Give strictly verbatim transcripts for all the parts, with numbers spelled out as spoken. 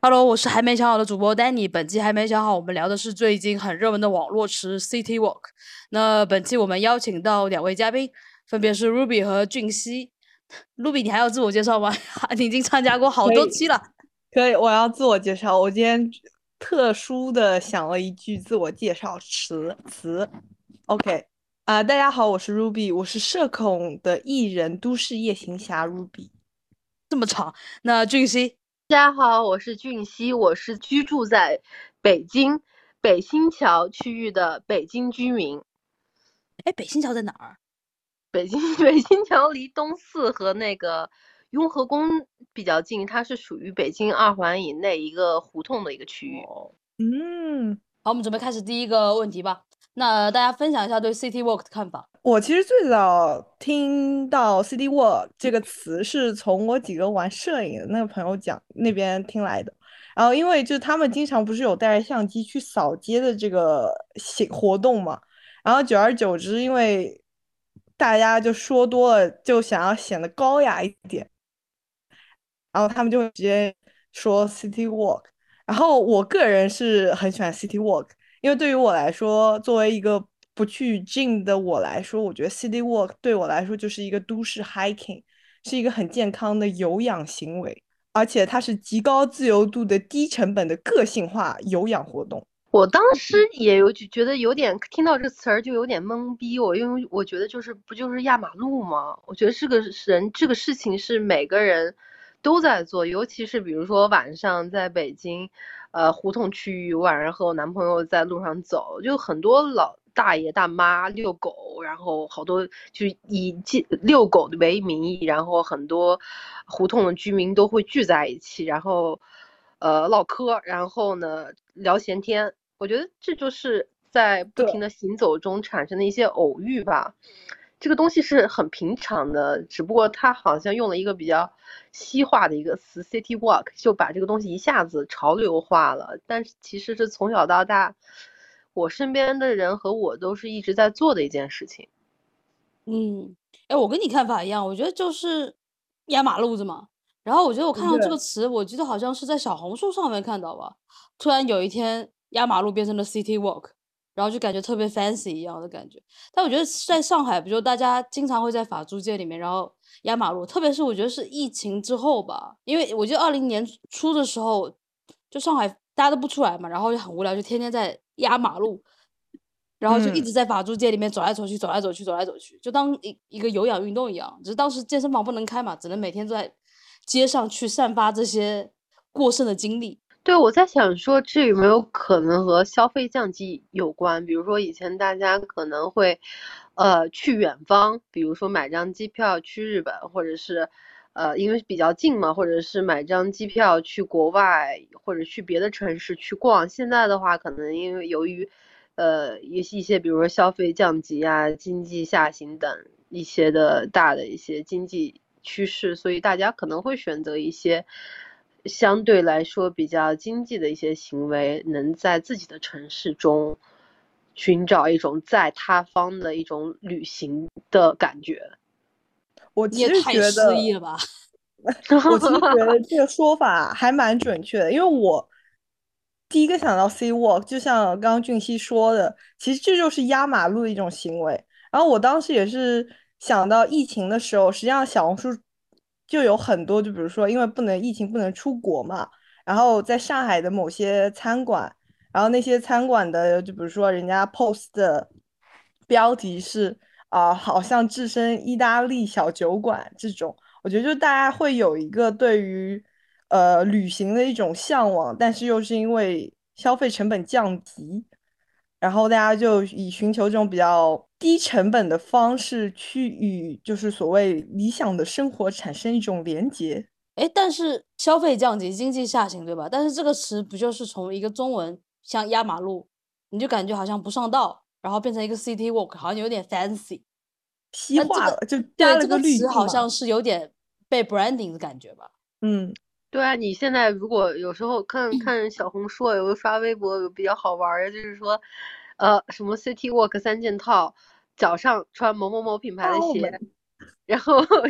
Hello，我是还没想好的主播 Danny。本期还没想好，我们聊的是最近很热门的网络词 City Walk。那本期我们邀请到两位嘉宾，分别是 Ruby 和俊熙。Ruby，你还要自我介绍吗？你已经参加过好可以， 多期了。 可以，我要自我介绍。我今天特殊的想了一句自我介绍词词。OK，啊、大家好，我是 Ruby，我是社恐的艺人，都市夜行侠 Ruby。 那俊熙， 大家好，我是俊熙，我是居住在北京北新桥区域的北京居民。 哎，北新桥在哪儿？ 北京北新桥离东四和那个雍和宫比较近，它是属于北京二环以内一个胡同的一个区域。 哦， 嗯， 好，我们准备开始第一个问题吧。那大家分享一下对 City Walk 的看法。 我其实最早听到 City Walk 这个词是从我几个玩摄影的那个朋友讲那边听来的。然后因为就是他们经常不是有带着相机去扫街的这个行活动嘛，然后久而久之，因为大家就说多了，就想要显得高雅一点，然后他们就会直接说 City Walk。然后我个人是很喜欢 City Walk，因为对于我来说，作为一个不去 gym 的我来说，我觉得 City Walk 对我来说就是一个都市 hiking，是一个很健康的有氧行为，而且它是极高自由度的低成本的个性化有氧活动。 我当时也有就觉得有点听到这个词儿就有点懵逼，我因为我觉得就是不就是压马路吗？我觉得这个人这个事情是每个人都在做，尤其是比如说晚上在北京，呃胡同区域，晚上和我男朋友在路上走，就很多老大爷大妈遛狗，然后好多就是以遛狗为名义，然后很多胡同的居民都会聚在一起，然后呃唠嗑，然后呢聊闲天。我觉得这就是在不停对， 的行走中产生的一些偶遇吧。这个东西是很平常的，只不过它好像用了一个比较西化的一个词 city walk，就把这个东西一下子潮流化了。但是其实是从小到大，我身边的人和我都是一直在做的一件事情。 嗯，哎，我跟你看法一样，我觉得就是压马路子嘛。然后我觉得我看到这个对， 词，我记得好像是在小红书上面看到吧。突然有一天，压马路变成了 City Walk，然后就感觉特别 fancy 一样的感觉。但我觉得在上海，不就大家经常会在法租界里面，然后压马路，特别是我觉得是疫情之后吧，因为我记得二零年初的时候，就上海大家都不出来嘛，然后就很无聊，就天天在压马路。然后就一嗯。 直在法租界里面走来走去，走来走去，走来走去，就当一一个有氧运动一样。只是当时健身房不能开嘛，只能每天都在街上去散发这些过剩的精力。 对，我在想说，这有没有可能和消费降级有关？比如说，以前大家可能会，呃，去远方，比如说买张机票去日本，或者是，呃，因为比较近嘛，或者是买张机票去国外，或者去别的城市去逛。现在的话，可能因为由于，呃，一些一些，比如说消费降级啊、经济下行等一些的大的一些经济趋势，所以大家可能会选择一些相对来说比较经济的一些行为，能在自己的城市中寻找一种在他方的一种旅行的感觉。 我你也其实觉太诗意得， 了吧！ 我其实觉得这个说法还蛮准确的，因为我第一个想到 C walk，就像刚刚俊熙说的，其实这就是压马路的一种行为。然后我当时也是想到疫情的时候，实际上小红书就有很多，就比如说因为不能疫情不能出国嘛，然后在上海的某些餐馆，然后那些餐馆的，就比如说人家 post 的标题是啊、好像置身意大利小酒馆这种。我觉得就大家会有一个对于呃旅行的一种向往，但是又是因为消费成本降级，然后大家就以寻求这种比较低成本的方式去与就是所谓理想的生活产生一种连结。 哎，但是消费降级，经济下行，对吧？但是这个词不就是从一个中文像压马路，你就感觉好像不上道，然后变成一个 City Walk，好像有点 fancy。但这个西化了，就加对了个这个词滤镜嘛。 好像是有点被 branding 的感觉吧。 嗯， 对啊，你现在如果有时候看看小红书啊，有刷微博，有比较好玩的，就是说，呃，什么 City Walk 三件套，脚上穿某某某品牌的鞋， 澳门。 然后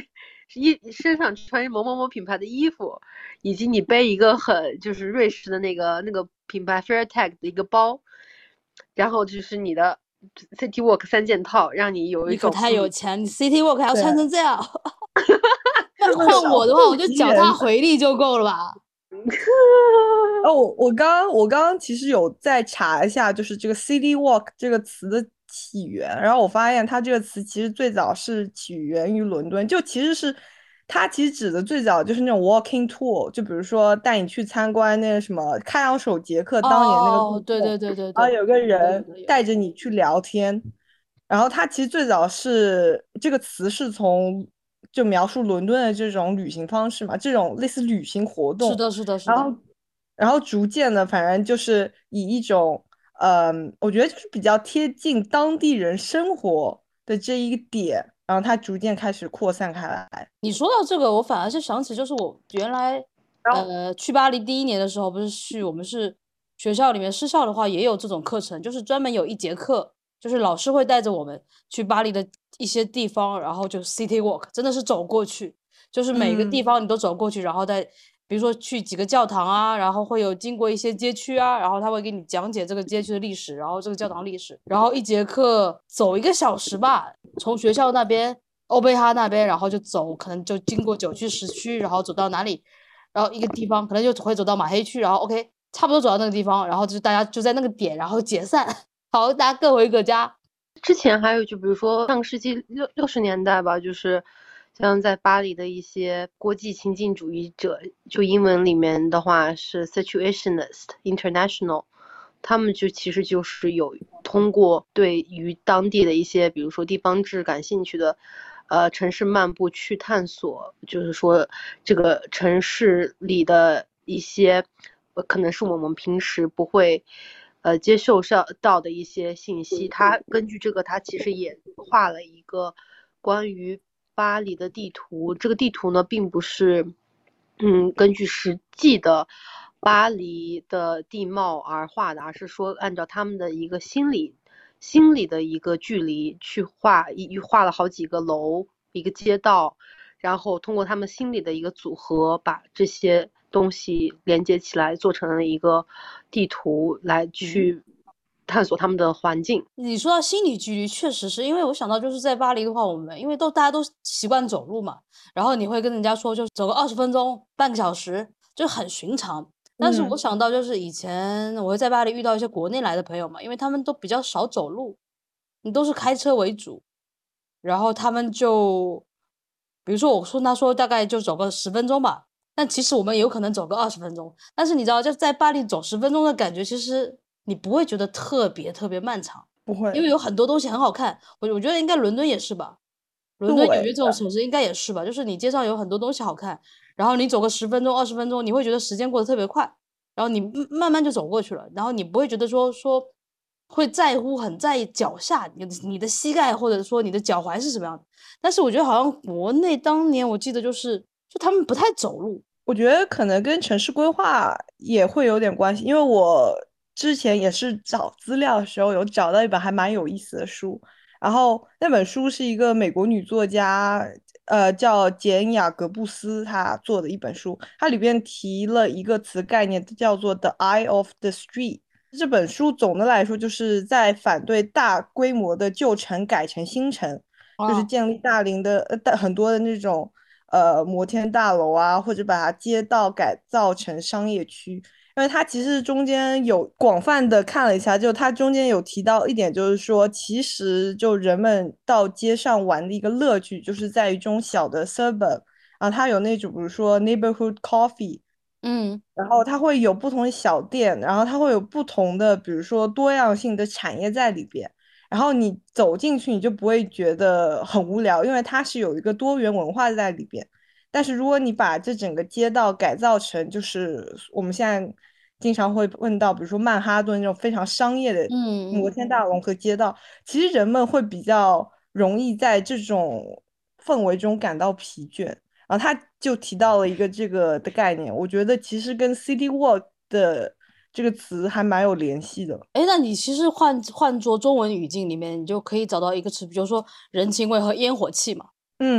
衣身上穿某某某品牌的衣服，以及你背一个很就是瑞士的那个那个品牌 Fairtag 的一个包，然后就是你的 City Walk 三件套，让你有一你可种太有钱，你 City Walk 还要对穿成这样。那是个换我的话， 小我就户籍人脚踏回力就够了吧？ 哦，我我刚我刚刚其实有在查一下，就是这个 city walk 这个词的起源，然后我发现它这个词其实最早是起源于伦敦，就其实是它其实指的最早就是那种 walking tour，就比如说带你去参观那个什么开膛手杰克当年那个哦， 路线， 对对对对对， 然后有个有的有人的有的。 带着你去聊天，然后它其实最早是这个词是从就描述伦敦的这种旅行方式嘛，这种类似旅行活动。 是的，是的，是的。 然后，然后逐渐的，反正就是以一种，嗯，我觉得就是比较贴近当地人生活的这一个点，然后它逐渐开始扩散开来。 你说到这个，我反而是想起，就是我原来然后， 呃去巴黎第一年的时候，不是去我们是学校里面私校的话也有这种课程，就是专门有一节课，就是老师会带着我们去巴黎的一些地方，然后就 city walk，真的是走过去，就是每个地嗯， 方你都走过去，然后再比如说去几个教堂啊，然后会有经过一些街区啊，然后他会给你讲解这个街区的历史，然后这个教堂历史，然后一节课走一个小时吧，从学校那边。欧贝哈那边，然后就走，可能就经过九区十区，然后走到哪里，然后一个地方可能就会走到马黑区，然后 OK，差不多走到那个地方，然后就大家就在那个点，然后解散，好，大家各回各家。 之前还有就比如说上个世纪六六十年代吧，就是像在巴黎的一些国际情境主义者，就英文里面的话是 Situationist International，他们就其实就是有通过对于当地的一些，比如说地方志感兴趣的，呃，城市漫步去探索，就是说这个城市里的一些，呃可能是我们平时不会。呃，接受上到的一些信息，他根据这个，他其实也画了一个关于巴黎的地图。这个地图呢，并不是嗯根据实际的巴黎的地貌而画的，而是说按照他们的一个心理心理的一个距离去画，一画了好几个楼，一个街道，然后通过他们心理的一个组合，把这些东西连接起来，做成了一个地图来去探索他们的环境。 你说到心理距离，确实是因为我想到就是在巴黎的话，我们因为都大家都习惯走路嘛，然后你会跟人家说就走个二十分钟、半个小时，就很寻常。但是我嗯， 想到就是以前我会在巴黎遇到一些国内来的朋友嘛，因为他们都比较少走路，你都是开车为主，然后他们就，比如说我说他说大概就走个十分钟吧，但其实我们有可能走个二十分钟。但是你知道，就在巴黎走十分钟的感觉，其实你不会觉得特别特别漫长， 不会， 因为有很多东西很好看。我我觉得应该伦敦也是吧，伦敦、纽约对这种城市应该也是吧，就是你街上有很多东西好看，然后你走个十分钟、二十分钟，你会觉得时间过得特别快，然后你慢慢慢就走过去了，然后你不会觉得说说会在乎很在意脚下你的你的膝盖或者说你的脚踝是什么样的。但是我觉得好像国内当年我记得就是就他们不太走路。 我觉得可能跟城市规划也会有点关系，因为我之前也是找资料的时候有找到一本还蛮有意思的书，然后那本书是一个美国女作家，呃，叫简雅各布斯她做的一本书，它里边提了一个词概念，叫做 "the eye of the street"。这本书总的来说就是在反对大规模的旧城改成新城，就是啊。 建立大龄的呃大很多的那种呃摩天大楼啊，或者把它街道改造成商业区。因为它其实中间有广泛的看了一下，就它中间有提到一点，就是说其实就人们到街上玩的一个乐趣，就是在于这种小的 suburb，然后它有那种比如说 neighborhood coffee。 嗯然后它会有不同的小店，然后它会有不同的，比如说多样性的产业在里边。然后你走进去，你就不会觉得很无聊，因为它是有一个多元文化在里边。但是如果你把这整个街道改造成，就是我们现在经常会问到，比如说曼哈顿这种非常商业的摩嗯嗯。 天大楼和街道，其实人们会比较容易在这种氛围中感到疲倦。然后他就提到了一个这个的概念，我觉得其实跟 city walk 的这个词还蛮有联系的。 哎，那你其实换换作中文语境里面，你就可以找到一个词，比如说人情味和烟火气嘛。 嗯，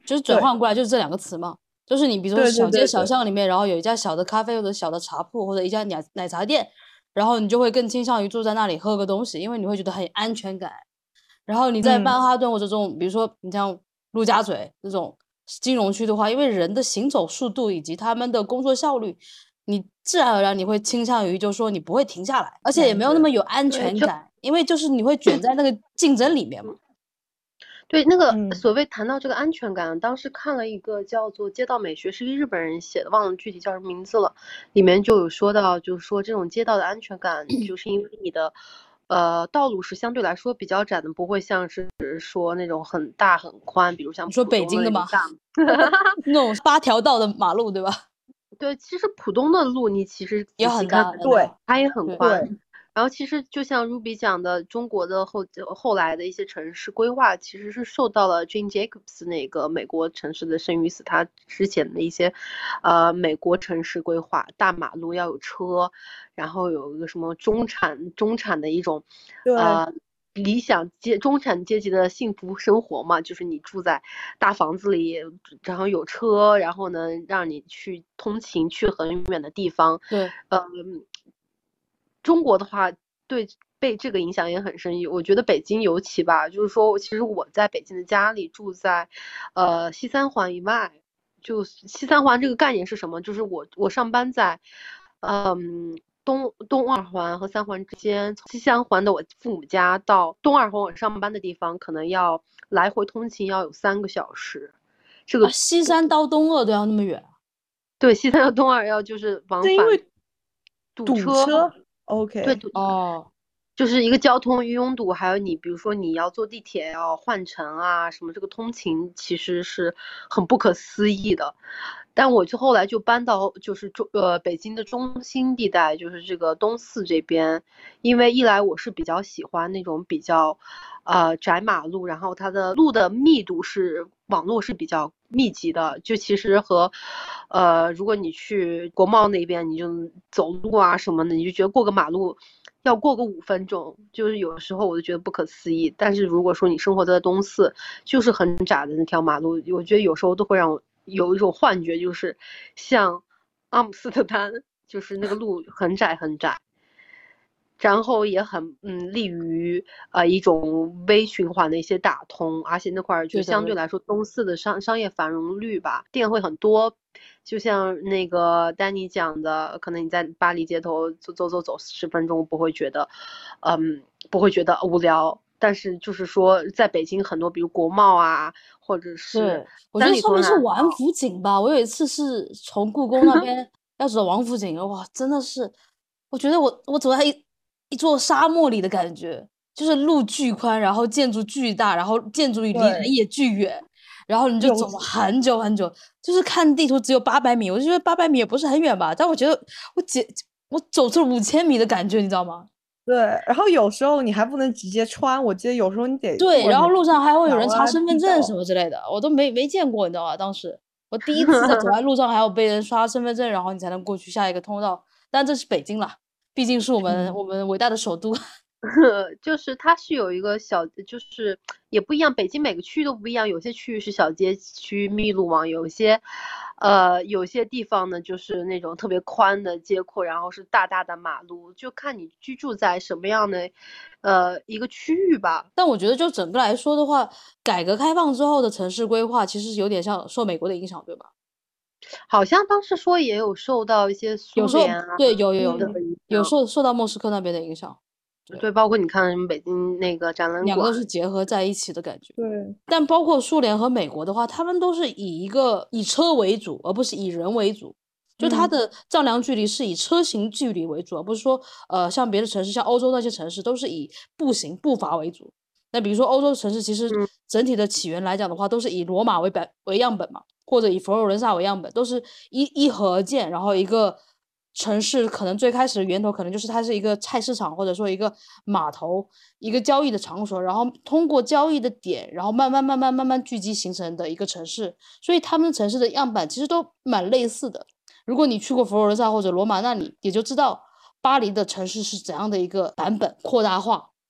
就是转对换过来就是这两个词嘛。就是你比如说对对小街对对， 小巷里面，然后有一家小的咖啡或者小的茶铺或者一家奶奶茶店，然后你就会更倾向于住在那里喝个东西，因为你会觉得很有安全感。然后你在嗯， 曼哈顿或者这种，比如说你像陆家嘴这种金融区的话，因为人的行走速度以及他们的工作效率，你自然而然你会倾向于就是说你不会停下来，而且也没有那么有安对，就全感，因为就是你会卷在那个竞争里面嘛。 对，那个嗯所谓谈到这个安全感，当时看了一个叫做《街道美学》，是一个日本人写的，忘了具体叫什么名字了。里面就有说到，就是说这种街道的安全感，就是因为你的呃道路是相对来说比较窄的，不会像是说那种很大很宽，比如像你说浦东北京的吗？ 那种大。 那种八条道的马路，对吧？ 对，其实浦东的路你其实也仔细看， 很大很对大。 它也很对宽。 对， 然后其实就像 Ruby 讲的，中国的后后来的一些城市规划，其实是受到了 Jane Jacobs 那个美国城市的生与死，他之前的一些呃美国城市规划，大马路要有车，然后有一个什么中产中产的一种对呃理想阶中产阶级的幸福生活嘛，就是你住在大房子里，然后有车，然后呢让你去通勤去很远的地方。 对， 嗯，中国的话对被这个影响也很深，我觉得北京尤其吧，就是说其实我在北京的家里住在呃西三环以外，就西三环这个概念是什么？就是我我上班在嗯东东二环和三环之间，从西三环的我父母家到东二环我上班的地方，可能要来回通勤要有三个小时。这个啊，西三到东二都要那么远。 对西三到东二要就是往返是因为堵堵车， 车对 ，OK， 堵哦， 就是一个交通拥堵，还有你比如说你要坐地铁要换乘啊，什么这个通勤其实是很不可思议的。但我就后来就搬到就是中呃北京的中心地带，就是这个东四这边，因为一来我是比较喜欢那种比较呃窄马路，然后它的路的密度是网络是比较密集的，就其实和呃如果你去国贸那边，你就走路啊什么的，你就觉得过个马路要过个五分钟，就是有时候我就觉得不可思议。但是如果说你生活在东四，就是很窄的那条马路，我觉得有时候都会让我有一种幻觉，就是像阿姆斯特丹，就是那个路很窄很窄。然后也很嗯利于呃一种微循环的一些打通，而且那块儿就对的对的相对来说东四的商商业繁荣率吧，店会很多，就像那个丹尼讲的，可能你在巴黎街头走走走走十分钟不会觉得，嗯不会觉得无聊，但是就是说在北京很多比如国贸啊，或者是对，我觉得上面是王府井吧。我有一次是从故宫那边要走王府井，哇，真的是，我觉得我我走在一一座沙漠里的感觉，就是路巨宽，然后建筑巨大，然后建筑离人对， 也巨远，然后你就有走了很久很久，就是看地图只有八百米，我就觉得八百米也不是很远吧，但我觉得我解我走出五千米的感觉，你知道吗？ 对，然后有时候你还不能直接穿，我记得有时候你得对，然后过什么路上还会有人桥啊、 查身份地证什道。 么之类的，我都没没见过，你知道吧？当时我第一次在走在路上，还有被人刷身份证，然后你才能过去下一个通道。但这是北京啦，毕竟是我们、 嗯我们伟大的首都。 就是它是有一个小，就是也不一样，北京每个区域都不一样，有些区域是小街区密路网，有些，呃，有些地方呢就是那种特别宽的街廓，然后是大大的马路，就看你居住在什么样的，呃，一个区域吧。 但我觉得就整个来说的话，改革开放之后的城市规划其实有点像受美国的影响，对吧？ 好像当时说也有受到一些苏有受联啊对有有有的影有响， 受受到莫斯科那边的影响，对， 对，包括你看什么北京那个展览馆， 两个都是结合在一起的感觉。 对， 但包括苏联和美国的话，他们都是以一个以车为主，而不是以人为主。就它嗯的丈量距离是以车行距离为主，而不是说呃像别的城市，像欧洲那些城市都是以步行步伐为主。那比如说欧洲城市，其实嗯整体的起源来讲的话，都是以罗马为本为样本嘛，或者以佛罗伦萨为样本，都是一一河而建，然后一个城市可能最开始的源头可能就是它是一个菜市场，或者说一个码头，一个交易的场所，然后通过交易的点，然后慢慢慢慢慢慢聚集形成的一个城市，所以他们城市的样板其实都蛮类似的。如果你去过佛罗伦萨或者罗马，那你也就知道巴黎的城市是怎样的一个版本扩大化。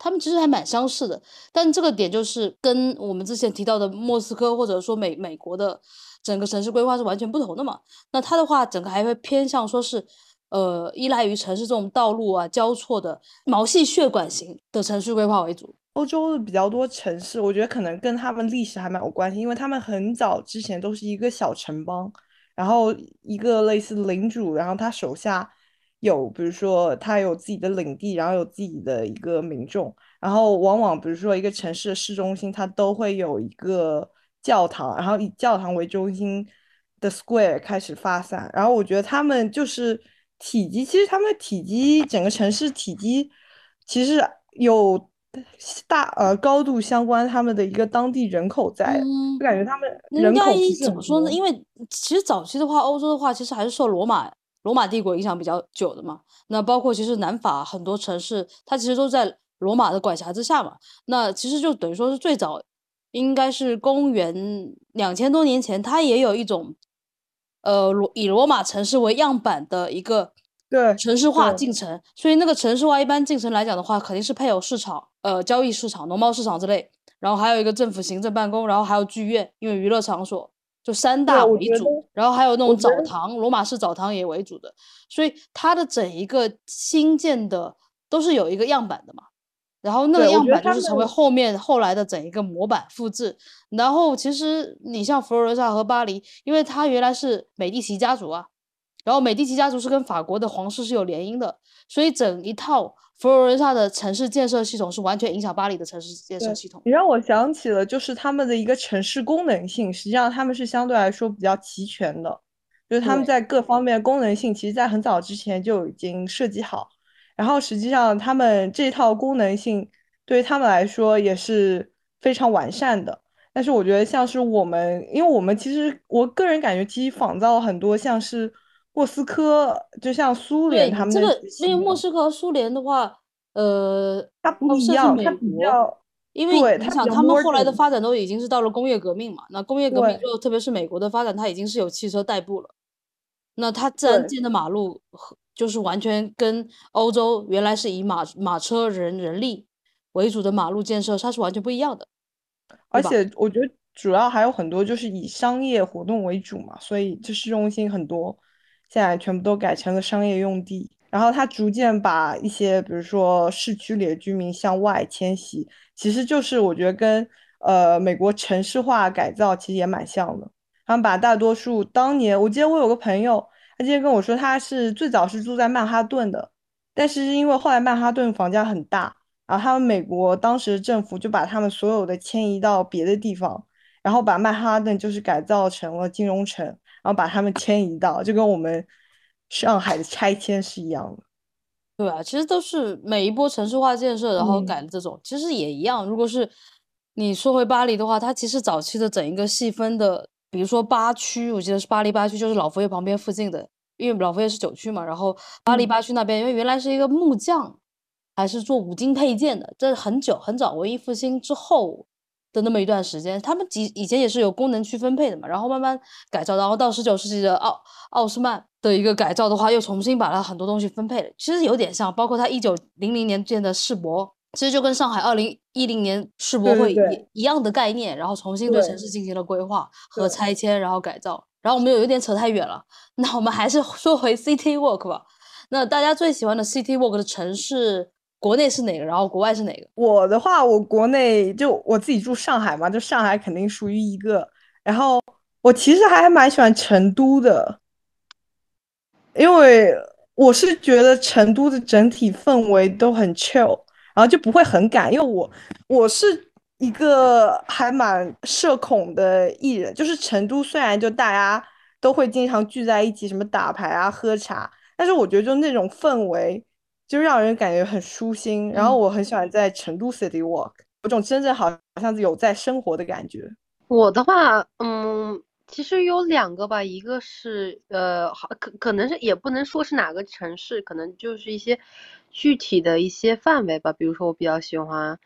他们其实还蛮相似的。但这个点就是跟我们之前提到的莫斯科或者说美美国的整个城市规划是完全不同的嘛。那它的话，整个还会偏向说是，呃，依赖于城市这种道路啊交错的毛细血管型的城市规划为主。 欧洲的比较多城市，我觉得可能跟他们历史还蛮有关系，因为他们很早之前都是一个小城邦，然后一个类似领主，然后他手下有，比如说他有自己的领地，然后有自己的一个民众，然后往往比如说一个城市的市中心，它都会有一个教堂，然后以教堂为中心的 square 开始发散，然后我觉得他们就是体积，其实他们的体积整个城市体积其实有大呃高度相关他们的一个当地人口在， 嗯， 就感觉他们应该人口不是怎么说呢？ 很多。 因为其实早期的话，欧洲的话，其实还是受罗马罗马帝国影响比较久的嘛。那包括其实南法很多城市，它其实都在罗马的管辖之下嘛。那其实就等于说是最早，应该是公元两千多年前，它也有一种，呃，罗以罗马城市为样板的一个对城市化对进程。所以那个城市化一般进程来讲的话，肯定是配有市场、呃交易市场、农贸市场之类。然后还有一个政府行政办公，然后还有剧院，因为娱乐场所就三对， 大我觉得为主，然后还有那种我觉得澡堂，罗马式澡堂也为主的，所以它的整一个新建的都是有一个样板的嘛，然后那个对我样觉得他们板就是成为后面后来的整一个模板复制。然后其实你像佛罗伦萨和巴黎，因为它原来是美第奇家族啊，然后美第奇家族是跟法国的皇室是有联姻的，所以整一套佛罗伦萨的城市建设系统是完全影响巴黎的城市建设对， 系统。 你让我想起了，就是他们的一个城市功能性，实际上他们是相对来说比较齐全的，就是他们对。 在各方面功能性，其实在很早之前就已经设计好，然后实际上他们这套功能性对于他们来说也是非常完善的。但是我觉得像是我们，因为我们其实我个人感觉，其实仿造了很多像是莫斯科，就像苏联对他们那些你这个，因为系统， 莫斯科和苏联的话，呃， 它不哦，甚至一样，它美国， 比较， 因为对， 你想， 它比较他们后来的 modern。 发展都已经是到了工业革命嘛。那工业革命对之后，特别是美国的发展，它已经是有汽车代步了。那它自然对， 建的马路和就是完全跟欧洲原来是以马马车人人力为主的马路建设，它是完全不一样的，对而吧？ 且我觉得主要还有很多就是以商业活动为主嘛，所以这市中心很多现在全部都改成了商业用地。然后它逐渐把一些，比如说市区里的居民向外迁徙，其实就是我觉得跟呃美国城市化改造其实也蛮像的。他们把大多数当年，我记得我有个朋友，他之前跟我说他是最早是住在曼哈顿的，但是因为后来曼哈顿房价很大。然后他们美国当时政府就把他们所有的迁移到别的地方，然后把曼哈顿就是改造成了金融城，然后把他们迁移到，就跟我们上海的拆迁是一样的。 对啊，其实都是每一波城市化建设，然后改嗯， 的这种，其实也一样。如果是你说回巴黎的话，它其实早期的整一个细分的，比如说八区，我记得是巴黎八区，就是老佛爷旁边附近的，因为老佛爷是九区嘛，然后巴黎嗯， 八区那边，因为原来是一个木匠，还是做五金配件的，这是很久很早文艺复兴之后的那么一段时间，他们以以前也是有功能区分配的嘛，然后慢慢改造，然后到十九世纪的奥奥斯曼的一个改造的话，又重新把它很多东西分配了，其实有点像，包括他一九零零年建的世博，其实就跟上海二零一零年世博会也对对对一样的概念，然后重新对城对市进行了规划和对。 拆迁，然后改造。然后我们又有点扯太远了，那我们还是说回 City Walk 吧。那大家最喜欢的 City Walk 的城市，国内是哪个？然后国外是哪个？ 我的话，我国内就我自己住上海嘛，就上海肯定属于一个。然后我其实还蛮喜欢成都的，因为我是觉得成都的整体氛围都很 chill，然后就不会很赶。因为我我是一个还蛮社恐的艺人，就是成都虽然就大家都会经常聚在一起，什么打牌啊、喝茶，但是我觉得就那种氛围就让人感觉很舒心。然后嗯。 我很喜欢在成都 City Walk，有种真正好像有在生活的感觉。 我的话，嗯，其实有两个吧，一个是呃，好，可可能是也不能说是哪个城市，可能就是一些具体的一些范围吧。比如说，我比较喜欢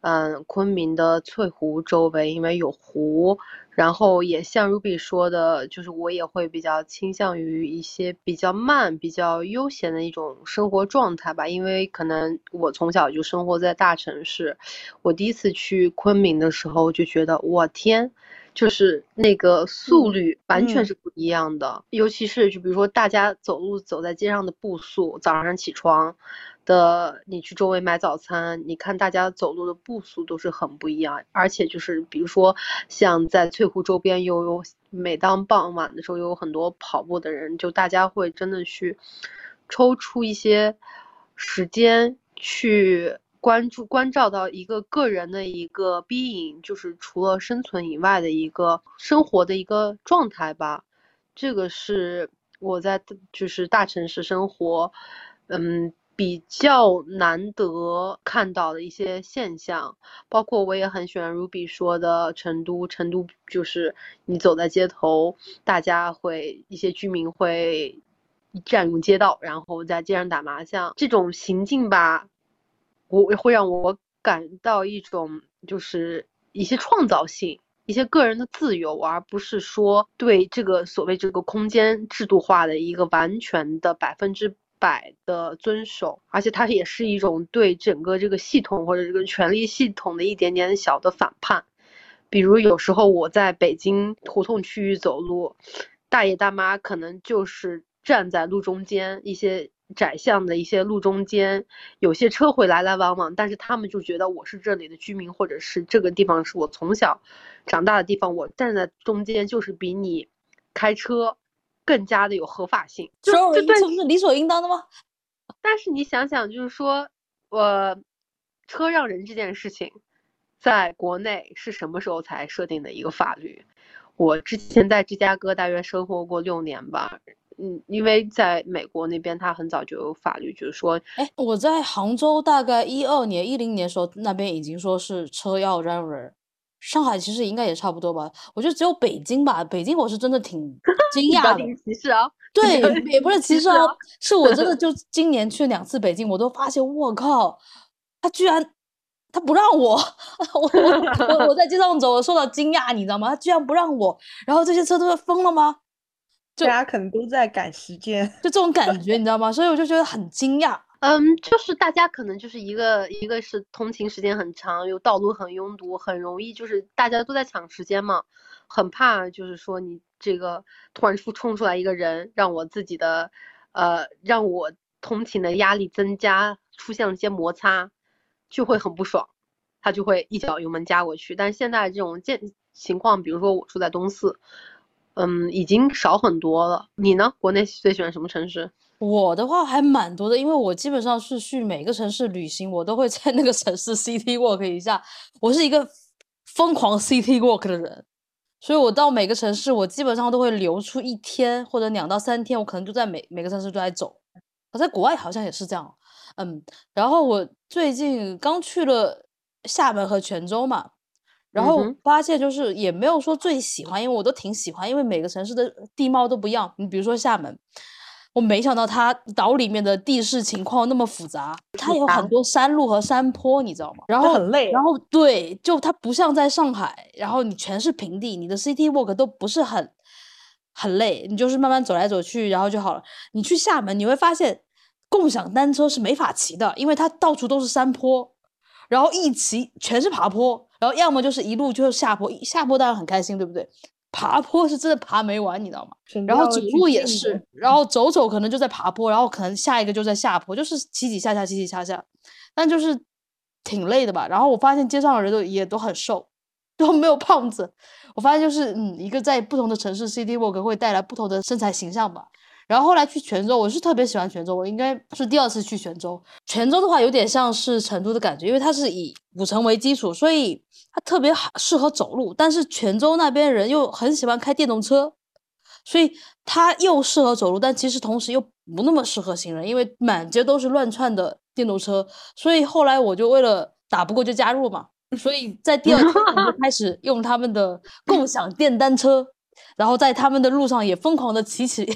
嗯，昆明的翠湖周围，因为有湖，然后也像 Ruby 说的，就是我也会比较倾向于一些比较慢、比较悠闲的一种生活状态吧。因为可能我从小就生活在大城市，我第一次去昆明的时候就觉得，我天！就是那个速率完全是不一样的，嗯、尤其是就比如说大家走路走在街上的步速，早上起床的你去周围买早餐，你看大家走路的步速都是很不一样，而且就是比如说像在翠湖周边又有每当傍晚的时候又有很多跑步的人，就大家会真的去抽出一些时间去关注关照到一个个人的一个 being， 就是除了生存以外的一个生活的一个状态吧。这个是我在就是大城市生活嗯比较难得看到的一些现象。包括我也很喜欢 Ruby 说的成都，成都就是你走在街头，大家会一些居民会占用街道，然后在街上打麻将，这种行径吧，我会让我感到一种就是一些创造性，一些个人的自由，而不是说对这个所谓这个空间制度化的一个完全的百分之百的遵守，而且它也是一种对整个这个系统或者这个权力系统的一点点小的反叛。比如有时候我在北京胡同区域走路，大爷大妈可能就是站在路中间，一些窄巷的一些路中间，有些车会来来往往，但是他们就觉得我是这里的居民，或者是这个地方是我从小长大的地方，我站在中间就是比你开车更加的有合法性，就所有人对， 这不是理所应当的吗？ 但是你想想，就是说呃车让人这件事情在国内是什么时候才设定的一个法律？我之前在芝加哥大约生活过六年吧，嗯，因为在美国那边，它很早就有法律，就是说， 哎，我在杭州大概一二年、一零年的时候，那边已经说是车要让人。上海其实应该也差不多吧，我觉得只有北京吧，北京我是真的挺惊讶的。 歧视啊？ 对，也不是歧视啊，是我真的就今年去两次北京，我都发现，我靠，他居然他不让我，我我我我在街上走，我受到惊讶，你知道吗？他居然不让我，然后这些车都疯了吗？ 大家可能都在赶时间， 就这种感觉，你知道吗？所以我就觉得很惊讶。 嗯，就是大家可能就是一个一个是通勤时间很长，有道路很拥堵，很容易就是大家都在抢时间嘛，很怕就是说你这个突然出冲出来一个人，让我自己的呃让我通勤的压力增加，出现了一些摩擦，就会很不爽，他就会一脚油门加过去。但是现在这种见情况，比如说我住在东四，嗯，已经少很多了。你呢？国内最喜欢什么城市？ 我的话还蛮多的，因为我基本上是去每个城市旅行，我都会在那个城市 city walk 一下。我是一个疯狂 city walk 的人，所以我到每个城市，我基本上都会留出一天或者两到三天，我可能就在每每个城市都在走。我在国外好像也是这样，嗯。然后我最近刚去了厦门和泉州嘛，然后发现就是也没有说最喜欢，因为我都挺喜欢，因为每个城市的地貌都不一样。你比如说厦门。我没想到它岛里面的地势情况那么复杂，它有很多山路和山坡，你知道吗？然后很累。 然后对，就它不像在上海，然后你全是平地，你的 city walk 都不是很很累，你就是慢慢走来走去，然后就好了。你去厦门，你会发现共享单车是没法骑的，因为它到处都是山坡，然后一骑全是爬坡，然后要么就是一路就是下坡，下坡当然很开心，对不对？爬坡是真的爬没完，你知道吗？然后走路也是，然后走走可能就在爬坡，然后可能下一个就在下坡，就是起起下下，起起下下，但就是挺累的吧。然后我发现街上的人都也都很瘦，都没有胖子。我发现就是嗯，一个在不同的城市 city walk 会带来不同的身材形象吧。然后后来去泉州，我是特别喜欢泉州，我应该是第二次去泉州。泉州的话有点像是成都的感觉，因为它是以古城为基础，所以它特别适合走路。但是泉州那边人又很喜欢开电动车，所以它又适合走路，但其实同时又不那么适合行人，因为满街都是乱窜的电动车。所以后来我就为了打不过就加入嘛，所以在第二天我就开始用他们的共享电单车，然后在他们的路上也疯狂的骑起。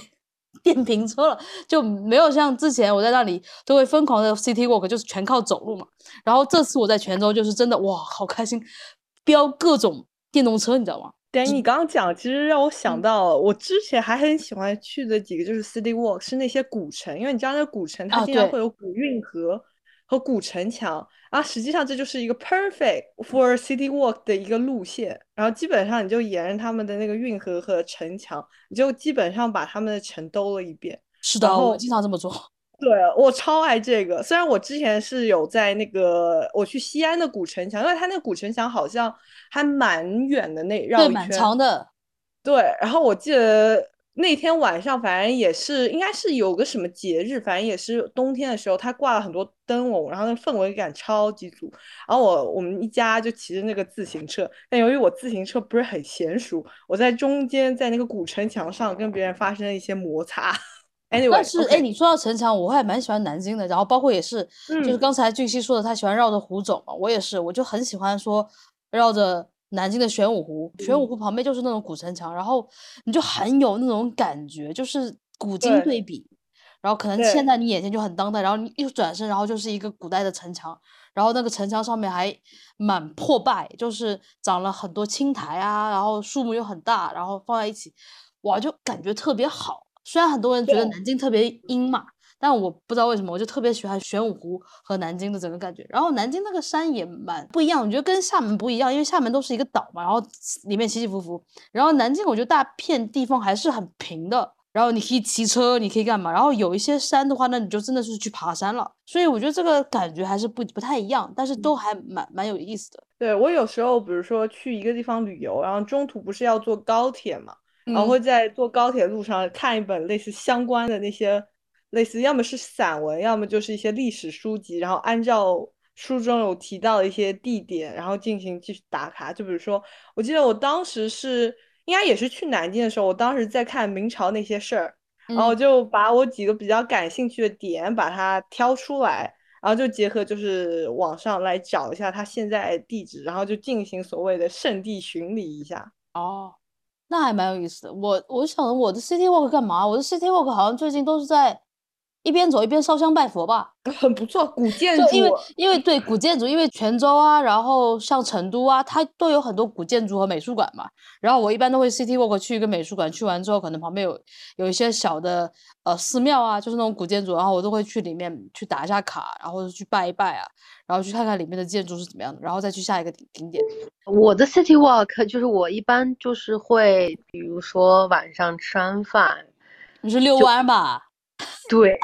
电瓶车了，就没有像之前我在那里都会疯狂的 city walk，就是全靠走路嘛。然后这次我在泉州就是真的哇，好开心，飙各种电动车，你知道吗？ 对，你刚刚讲，其实让我想嗯到了，我之前还很喜欢去的几个就是 city walk，是那些古城，因为你知道那个古城它啊， 经常对， 会有古运河和古城墙，然后实际上这就是一个 perfect for city walk 的一个路线，然后基本上你就沿着他们的那个运河和城墙，你就基本上把他们的城兜了一遍， 是的，我然后经常这么做。 对，我超爱这个。虽然我之前是有在那个我去西安的古城墙，因为它那个古城墙好像还蛮远的，那对，蛮绕一圈。 长的。 对，然后我记得那天晚上，反正也是应该是有个什么节日，反正也是冬天的时候，它挂了很多灯笼，然后那氛围感超级足。然后我我们一家就骑着那个自行车，但由于我自行车不是很娴熟，我在中间在那个古城墙上跟别人发生了一些摩擦。 但是，哎， Anyway，OK， 你说到城墙，我还蛮喜欢南京的。然后包括也是，就是嗯刚才俊熙说的，他喜欢绕着湖走嘛，我也是，我就很喜欢说绕着南京的玄武湖，玄武嗯， 湖旁边就是那种古城墙，然后你就很有那种感觉，就是古今对对比。然后可能现对在你眼前就很当代，然后你一转身，然后就是一个古代的城墙，然后那个城墙上面还蛮破败，就是长了很多青苔啊，然后树木又很大，然后放在一起，哇，就感觉特别好。虽然很多人觉得对， 南京特别阴嘛，但我不知道为什么，我就特别喜欢玄武湖和南京的整个感觉。然后南京那个山也蛮不一样，我觉得跟厦门不一样，因为厦门都是一个岛嘛，然后里面起起伏伏。然后南京我觉得大片地方还是很平的，然后你可以骑车，你可以干嘛？然后有一些山的话，那你就真的是去爬山了。所以我觉得这个感觉还是不不太一样，但是都还蛮蛮有意思的。 对，我有时候，比如说去一个地方旅游，然后中途不是要坐高铁嘛，然后嗯， 会在坐高铁路上看一本类似相关的那些，类似要么是散文，要么就是一些历史书籍，然后按照书中有提到的一些地点，然后进行继续打卡。就比如说，我记得我当时是应该也是去南京的时候，我当时在看明朝那些事儿，然后我嗯。 就把我几个比较感兴趣的点把它挑出来。然后就结合就是网上来找一下他现在的地址，然后就进行所谓的圣地巡礼一下。 哦，那还蛮有意思的。我我想着我的 city walk 干嘛？我的 city walk 好像最近都是在一边走一边烧香拜佛吧。 很不错，古建筑。 就因为因为对古建筑，因为泉州啊，然后像成都啊，它都有很多古建筑和美术馆嘛。然后我一般都会 city walk 去一个美术馆，去完之后可能旁边有有一些小的呃寺庙啊，就是那种古建筑，然后我都会去里面去打一下卡，然后去拜一拜啊，然后去看看里面的建筑是怎么样的，然后再去下一个景景点。 我的 city walk 就是我一般就是会，比如说晚上吃完饭， 你是遛弯吧？ 对，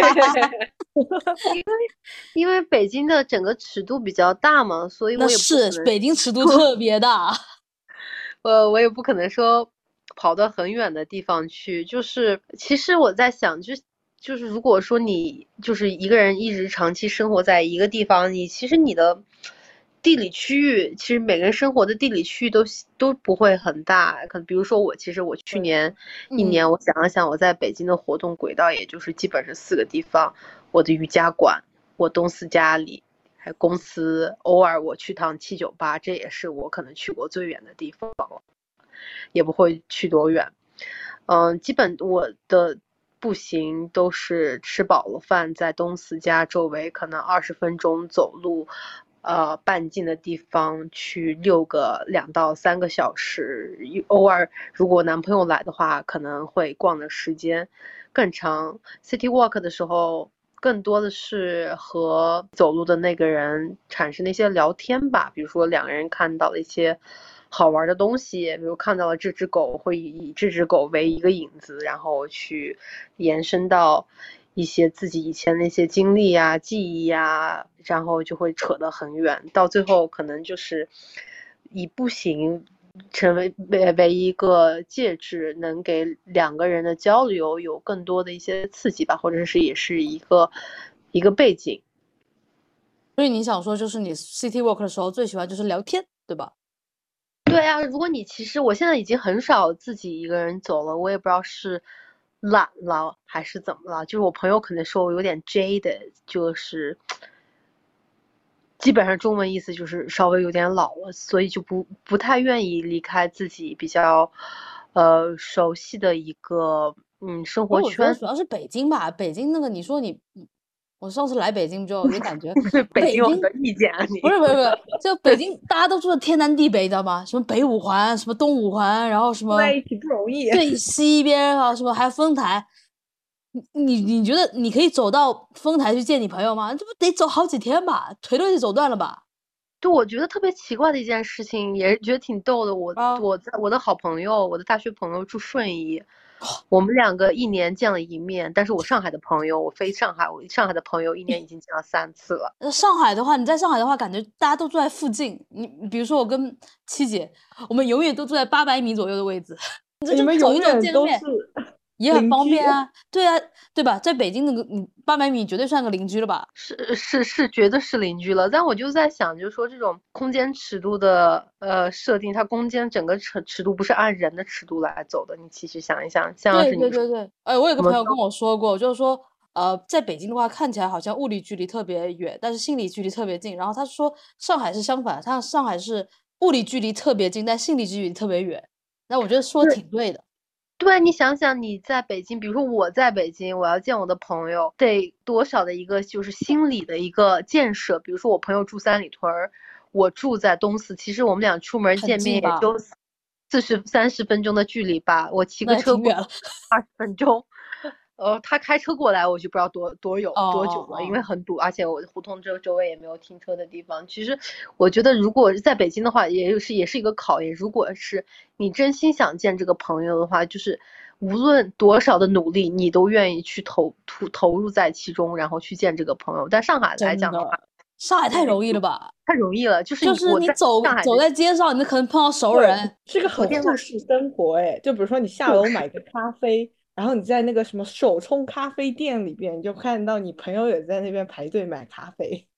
因为北京的整个尺度比较大嘛，所以那我也不可能是北京尺度特别大。 呃，我也不可能说跑到很远的地方去。就是其实我在想，就就是如果说你就是一个人一直长期生活在一个地方，你其实你的地理区域，其实每个人生活的地理区域都都不会很大。可能比如说我，其实我去年一嗯， 年，我想了想，我在北京的活动轨道，也就是基本是四个地方：我的瑜伽馆，我东四家里。还有公司，偶尔我去趟七九八，这也是我可能去过最远的地方了，也不会去多远。嗯，基本我的步行都是吃饱了饭，在东四家周围可能二十分钟走路，呃，半径的地方去溜个两到三个小时。偶尔如果男朋友来的话，可能会逛的时间更长。City walk 的时候。更多的是和走路的那个人产生的一些聊天吧，比如说两个人看到了一些好玩的东西，比如看到了这只狗，会以这只狗为一个引子，然后去延伸到一些自己以前的一些经历啊、记忆啊，然后就会扯得很远，到最后可能就是以步行成为为为一个介质，能给两个人的交流有更多的一些刺激吧，或者是也是一个一个背景。 所以你想说，就是你 city walk 的时候最喜欢就是聊天，对吧？ 对啊，如果你其实我现在已经很少自己一个人走了，我也不知道是懒了还是怎么了，就是我朋友可能说我有点 jaded，就是基本上中文意思就是稍微有点老了，所以就不不太愿意离开自己比较呃熟悉的一个嗯生不是， 活圈。 我觉得主要是北京吧，北京那个你说你，嗯我上次来北京就也感觉对北京有很北京多意见啊你。 不是不是不是，就北京大家都住的天南地北，你知道吗？什么北五环，什么东五环，然后什么住在一起不容易。 对西边啊，什么还有丰台，你你你觉得你可以走到丰台去见你朋友吗？这不得走好几天吧，腿都得走断了吧？ 就我觉得特别奇怪的一件事情，也是觉得挺逗的。我啊， 我在我的好朋友，我的大学朋友住顺义，我们两个一年见了一面。但是我上海的朋友，我飞上海，我上海的朋友一年已经见了三次了。 那上海的话，你在上海的话，感觉大家都住在附近。你比如说我跟七姐，我们永远都住在八百米左右的位置，这你们就走一走永远都是见个面也很邻居。 方便啊。对啊，对吧？在北京那个，你八百米绝对算个邻居了吧？ 是是是，绝对是邻居了。但我就在想，就是说这种空间尺度的呃设定，它空间整个尺尺度不是按人的尺度来走的。你其实想一想，像要对是你说对对对，哎，我有个什么朋友跟我说过，就是说，呃，在北京的话，看起来好像物理距离特别远，但是心理距离特别近。然后他说上海是相反，他上海是物理距离特别近，但心理距离特别远。那我觉得说得对挺对的。 对，你想想你在北京，比如说我在北京，我要见我的朋友，得多少的一个就是心理的一个建设。比如说我朋友住三里屯儿，我住在东四，其实我们俩出门很见面近吧？ 也就四十三十分钟的距离吧，我骑那个车过也挺远了。 二十分钟。呃，他开车过来，我就不知道多多有哦多久了，因为哦哦， 很堵，而且我胡同周周围也没有停车的地方。其实，我觉得如果是在北京的话，也是也是一个考验。如果是你真心想见这个朋友的话，就是无论多少的努力，你都愿意去投投投入在其中，然后去见这个朋友。在上海来讲的话， 真的，上海太容易了吧？ 太容易了，就是就是你你我在走走上海的在街上，你可能碰到熟对， 人。 是个很酒店外富士生活哎。就比如说你下就是楼买个咖啡，然后你在那个什么手冲咖啡店里边，你就看到你朋友也在那边排队买咖啡。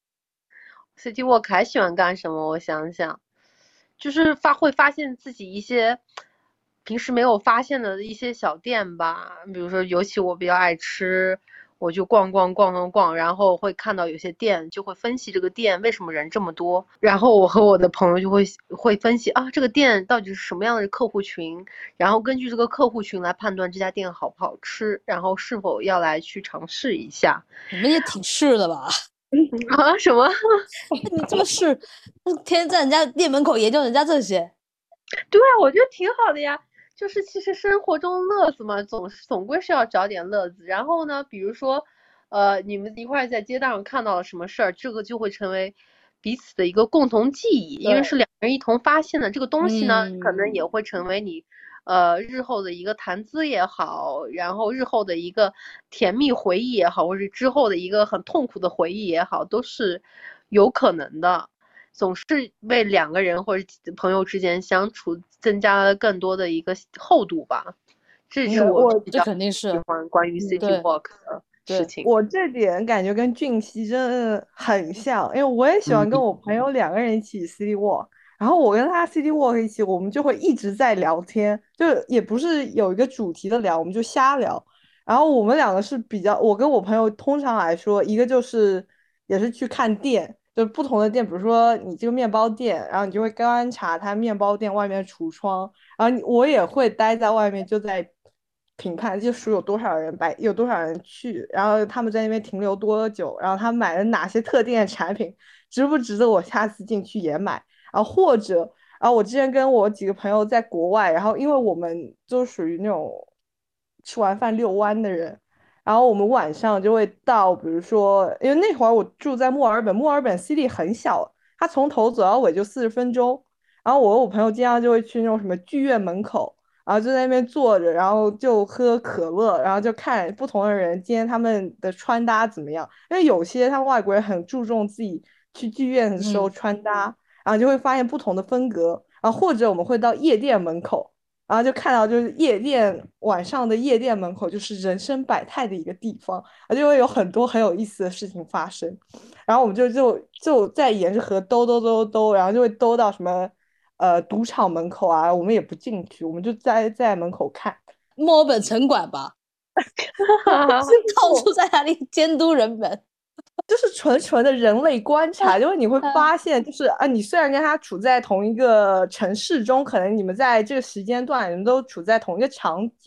City Walk 还喜欢干什么？我想想，就是发会发现自己一些平时没有发现的一些小店吧。比如说，尤其我比较爱吃，我就逛逛逛逛逛，然后会看到有些店，就会分析这个店为什么人这么多。然后我和我的朋友就会会分析啊，这个店到底是什么样的客户群，然后根据这个客户群来判断这家店好不好吃，然后是否要来去尝试一下。 你们也挺是的吧？ 啊，什么？ 你这么是，天天在人家店门口研究人家这些。 对啊，我觉得挺好的呀。就是其实生活中乐子嘛，总是总归是要找点乐子。然后呢，比如说，呃，你们一块儿在街道上看到了什么事儿，这个就会成为彼此的一个共同记忆，因为对， 是两个人一同发现的这个东西呢，可能也嗯， 会成为你呃日后的一个谈资也好，然后日后的一个甜蜜回忆也好，或者之后的一个很痛苦的回忆也好，都是有可能的。总是为两个人或者朋友之间相处增加了更多的一个厚度吧。这是对，我这我比较喜肯定是， 欢关于嗯， City 对 Walk 的事对， 情。 我这点感觉跟俊熙真的很像，因为我也喜欢跟我朋友两个人一起 city walk，然后我跟他 city walk 一起，我们就会一直在聊天，就也不是有一个主题的聊，我们就瞎聊。然后我们两个是比较，我跟我朋友通常来说，一个就是也是去看店，就是不同的店，比如说你这个面包店，然后你就会观察他面包店外面的橱窗，然后你我也会待在外面，就在评判，就数有多少人白，有多少人去，然后他们在那边停留多久，然后他们买了哪些特定的产品，值不值得我下次进去也买，然后或者，然后我之前跟我几个朋友在国外，然后因为我们就属于那种吃完饭遛弯的人。然后我们晚上就会到，比如说，因为那会儿我住在墨尔本，墨尔本 city 很小，它从头走到尾就四十分钟。然后我和我朋友经常就会去那种什么剧院门口，然后就在那边坐着，然后就喝可乐，然后就看不同的人今天他们的穿搭怎么样。因为有些他们外国人很注重自己去剧院的时候嗯， 穿搭，然后就会发现不同的风格。然后或者我们会到夜店门口，然后就看到就是夜店晚上的夜店门口就是人生百态的一个地方，而就会有很多很有意思的事情发生。然后我们就就就在沿着河兜兜兜兜，然后就会兜到什么呃赌场门口啊，我们也不进去，我们就在在门口看。 墨尔本城管吧，到处在那里监督人们。 就是纯纯的人类观察，就是你会嗯发现，就是啊，你虽然跟他处在同一个城市中，可能你们在这个时间段你们都处在同一个场景，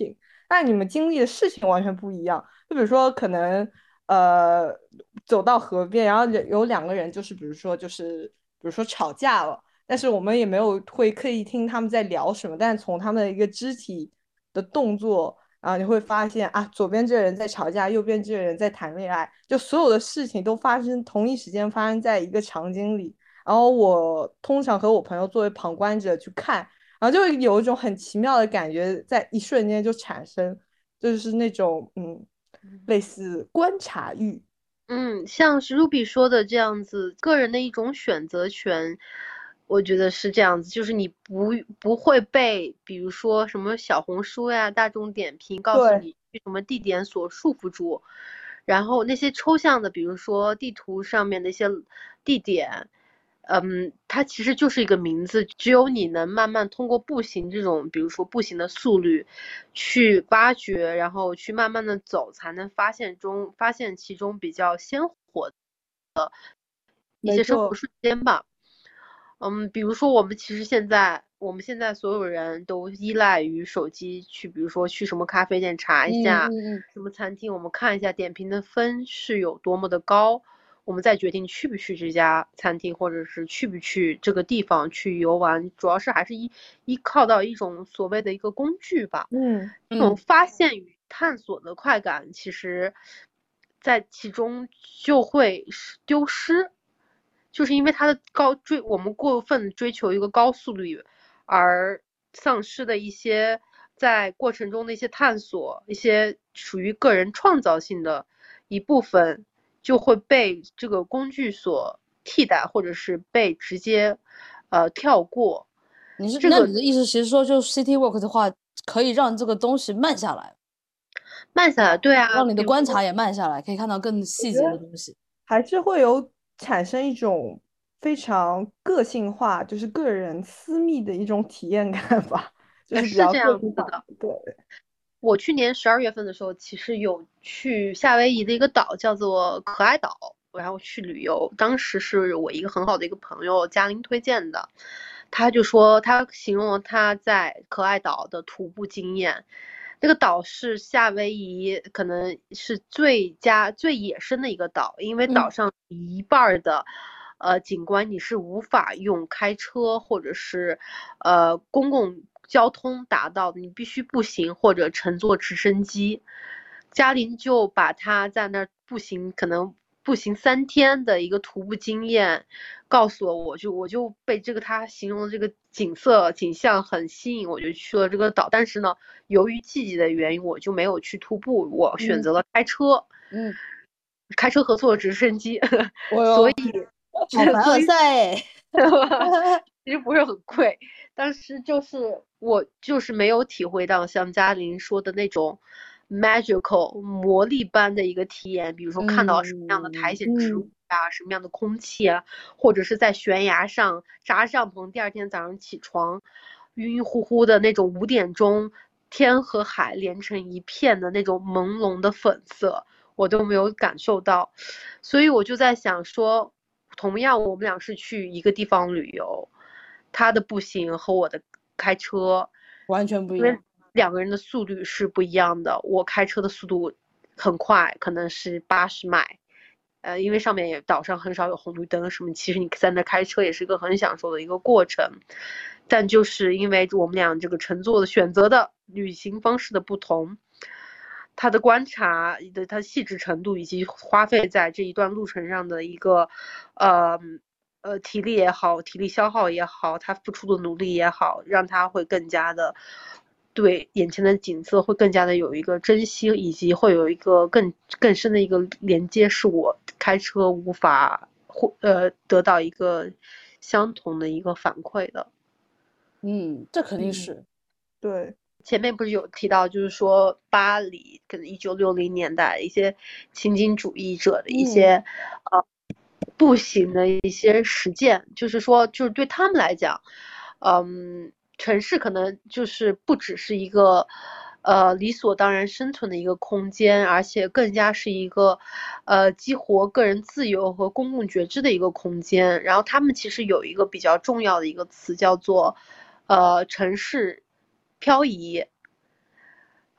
但你们经历的事情完全不一样。就比如说，可能呃走到河边，然后有两个人，就是比如说就是比如说吵架了，但是我们也没有会刻意听他们在聊什么，但是从他们的一个肢体的动作。啊，你会发现啊，左边这个人在吵架，右边这个人在谈恋爱，就所有的事情都发生同一时间发生在一个场景里。然后我通常和我朋友作为旁观者去看，然后就会有一种很奇妙的感觉，在一瞬间就产生，就是那种嗯，类似观察欲。 嗯，像是 Ruby 说的这样子，个人的一种选择权，我觉得是这样子，就是你不不会被，比如说什么小红书呀、大众点评告诉对， 你去什么地点所束缚住，然后那些抽象的，比如说地图上面的一些地点，嗯，它其实就是一个名字，只有你能慢慢通过步行这种，比如说步行的速率，去挖掘，然后去慢慢的走，才能发现中发现其中比较鲜活的一没错。 些生活瞬间吧。嗯，比如说我们其实现在，我们现在所有人都依赖于手机去，比如说去什么咖啡店查一嗯下， 嗯嗯， 什么餐厅，我们看一下点评的分是有多么的高，我们再决定去不去这家餐厅，或者是去不去这个地方去游玩，主要是还是依依靠到一种所谓的一个工具吧。 嗯， 这种嗯， 发现与探索的快感，其实在其中就会丢失。就是因为它的高追，我们过分追求一个高速率，而丧失的一些在过程中的一些探索，一些属于个人创造性的一部分，就会被这个工具所替代，或者是被直接呃跳过。 你是这个那你的意思其实说，就 city walk 的话，可以让这个东西慢下来， 慢下来，对啊， 让你比如说的观察也慢下来，可以看到更细节的东西。 还是会有产生一种非常个性化，就是个人私密的一种体验感吧，就呃是比较是这样个性化。 子的。 对， 我去年十二月份的时候，其实有去夏威夷的一个岛，叫做可爱岛，然后去旅游。当时是我一个很好的一个朋友嘉玲推荐的，他就说他形容了他在可爱岛的徒步经验。那个岛是夏威夷可能是最佳最野生的一个岛，因为岛嗯， 上一半的呃景观你是无法用开车或者是呃公共交通达到的，你必须步行或者乘坐直升机。嘉玲就把他在那儿步行，可能步行三天的一个徒步经验告诉了我，就我就被这个他形容的这个景色景象很吸引，我就去了这个岛。但是呢，由于季节的原因，我就没有去徒步，我选择了开车， 嗯， 开车和坐直升机， 我所以哟，好凡尔所以赛哎。 其实不是很贵，当时就是我就是没有体会到像嘉玲说的那种 magical 魔力般的一个体验，比如说看到什么样的苔嗯藓植物嗯， 啊，什么样的空气啊，或者是在悬崖上扎帐篷，第二天早上起床，晕晕乎乎的那种五点钟，天和海连成一片的那种朦胧的粉色，我都没有感受到，所以我就在想说，同样我们俩是去一个地方旅游，他的步行和我的开车， 完全不一因为样。 两个人的速率是不一样的，我开车的速度很快，可能是八十迈。呃，因为上面也岛上很少有红绿灯什么，其实你在那开车也是一个很享受的一个过程，但就是因为我们俩这个乘坐的选择的旅行方式的不同，他的观察的他细致程度以及花费在这一段路程上的一个呃呃体力也好，体力消耗也好，他付出的努力也好，让他会更加的对眼前的景色会更加的有一个珍惜，以及会有一个更更深的一个连接，是我开车无法获呃得到一个相同的一个反馈的。 嗯，这肯定嗯， 是。 对， 前面不是有提到，就是说巴黎可能一九六零年代一些情景主义者的一些、 嗯、 呃步行的一些实践，就是说，就是对他们来讲，嗯，城市可能就是不只是一个呃理所当然生存的一个空间，而且更加是一个呃激活个人自由和公共觉知的一个空间。然后他们其实有一个比较重要的一个词叫做呃城市漂移。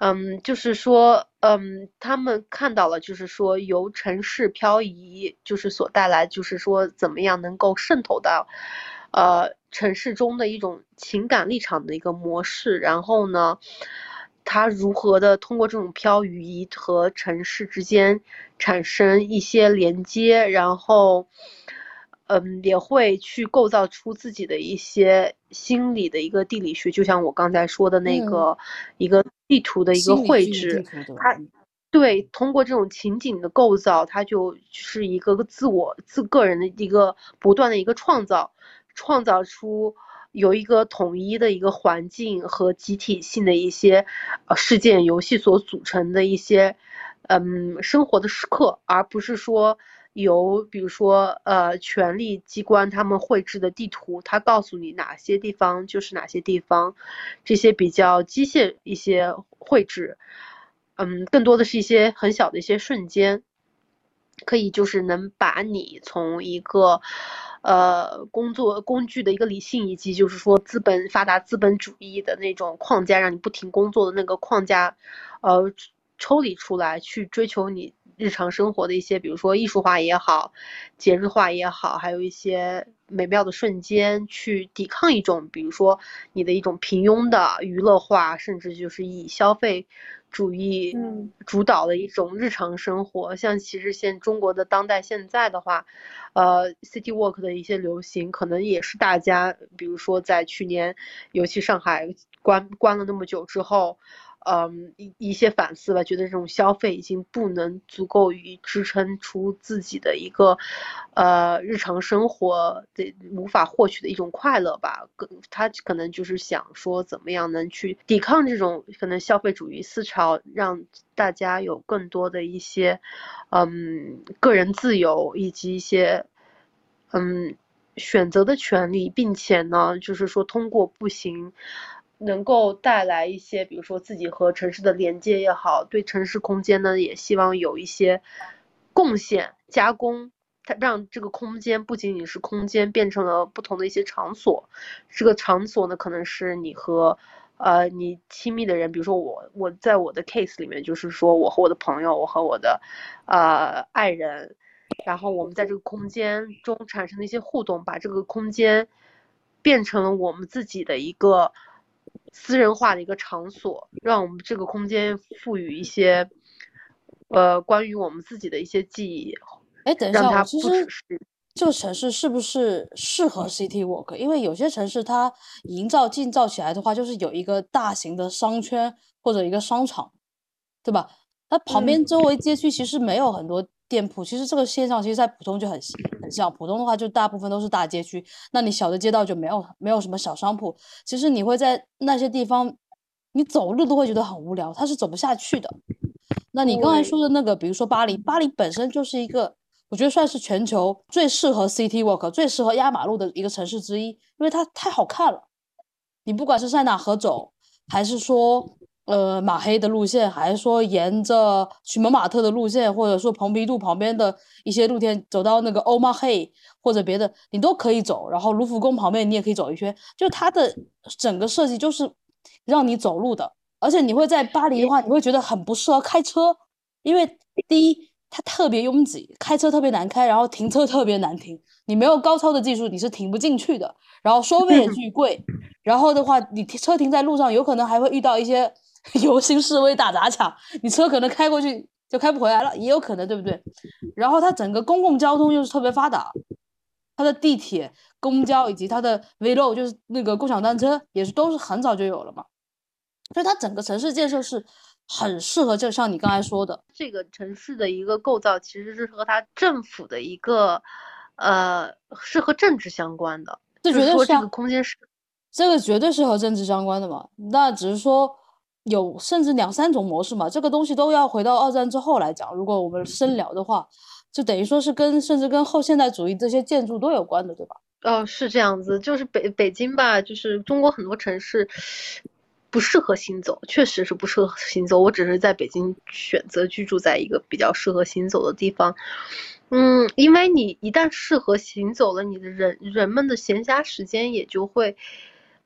嗯，就是说，嗯，他们看到了，就是说由城市漂移，就是所带来，就是说怎么样能够渗透到，呃，城市中的一种情感立场的一个模式。然后呢，他如何的通过这种漂移和城市之间产生一些连接，然后。嗯，也会去构造出自己的一些心理的一个地理学，就像我刚才说的那嗯， 个一个地图的一个心理绘虚拟地制， 图对吧？ 它嗯对通过这种情景的构造，它就是一个自我自个人的一个不断的一个创造，创造出有一个统一的一个环境和集体性的一些呃事件游戏所组成的一些嗯生活的时刻，而不是说。由比如说呃权力机关他们绘制的地图，它告诉你哪些地方就是哪些地方，这些比较机械一些绘制，嗯，更多的是一些很小的一些瞬间，可以就是能把你从一个呃工作工具的一个理性，以及就是说资本发达资本主义的那种框架，让你不停工作的那个框架，呃抽离出来，去追求你日常生活的一些，比如说艺术化也好，节日化也好，还有一些美妙的瞬间，去抵抗一种，比如说你的一种平庸的娱乐化，甚至就是以消费主义主导的一种日常生活。嗯、像其实现中国的当代现在的话，呃 ，City Walk 的一些流行，可能也是大家，比如说在去年，尤其上海关关了那么久之后。嗯，一一些反思吧，觉得这种消费已经不能足够于支撑出自己的一个，呃，日常生活的无法获取的一种快乐吧。他可能就是想说，怎么样能去抵抗这种可能消费主义思潮，让大家有更多的一些，嗯，个人自由以及一些，嗯，选择的权利，并且呢，就是说通过步行。能够带来一些，比如说自己和城市的连接也好，对城市空间呢也希望有一些贡献加工，它让这个空间不仅仅是空间，变成了不同的一些场所。这个场所呢，可能是你和呃你亲密的人，比如说我，我在我的 case 里面，就是说我和我的朋友，我和我的呃爱人，然后我们在这个空间中产生的一些互动，把这个空间变成了我们自己的一个。私人化的一个场所，让我们这个空间赋予一些，呃，关于我们自己的一些记忆。 哎，等一下，我让它其实不只是这个城市是不是适合 City Walk？因为有些城市它营造建造起来的话，就是有一个大型的商圈或者一个商场，对吧？它旁边周围街区其实没有很多店铺，其实这个现象其实在普通就很很像，普通的话就大部分都是大街区，那你小的街道就没有没有什么小商铺，其实你会在那些地方，你走路都会觉得很无聊，它是走不下去的。那你刚才说的那个，比如说巴黎，巴黎本身就是一个，我觉得算是全球最适合 City Walk、最适合压马路的一个城市之一，因为它太好看了。你不管是塞纳河走，还是说呃马黑的路线，还是说沿着许门马特的路线，或者说蓬皮杜旁边的一些路线走到那个欧马黑或者别的，你都可以走。然后卢浮宫旁边你也可以走一圈，就它的整个设计就是让你走路的。而且你会在巴黎的话，你会觉得很不适合开车，因为第一它特别拥挤，开车特别难开，然后停车特别难停，你没有高超的技术你是停不进去的，然后收费也巨贵，然后的话你车停在路上有可能还会遇到一些游行示威打砸抢，你车可能开过去就开不回来了，也有可能，对不对？然后它整个公共交通又是特别发达，它的地铁、公交以及它的 Velo 就是那个共享单车也是都是很早就有了嘛。所以它整个城市建设是很适合，就像你刚才说的， 这个城市的一个构造，其实是和它政府的一个，呃，是和政治相关的。 这绝对是、啊、 就是说这个空间是， 这个绝对是和政治相关的嘛。那只是说有甚至两三种模式嘛，这个东西都要回到二战之后来讲。如果我们深聊的话，就等于说是跟甚至跟后现代主义这些建筑都有关的，对吧？ 哦，是这样子，就是北北京吧，就是中国很多城市。不适合行走，确实是不适合行走。我只是在北京选择居住在一个比较适合行走的地方，嗯，因为你一旦适合行走了，你的人人们的闲暇时间也就会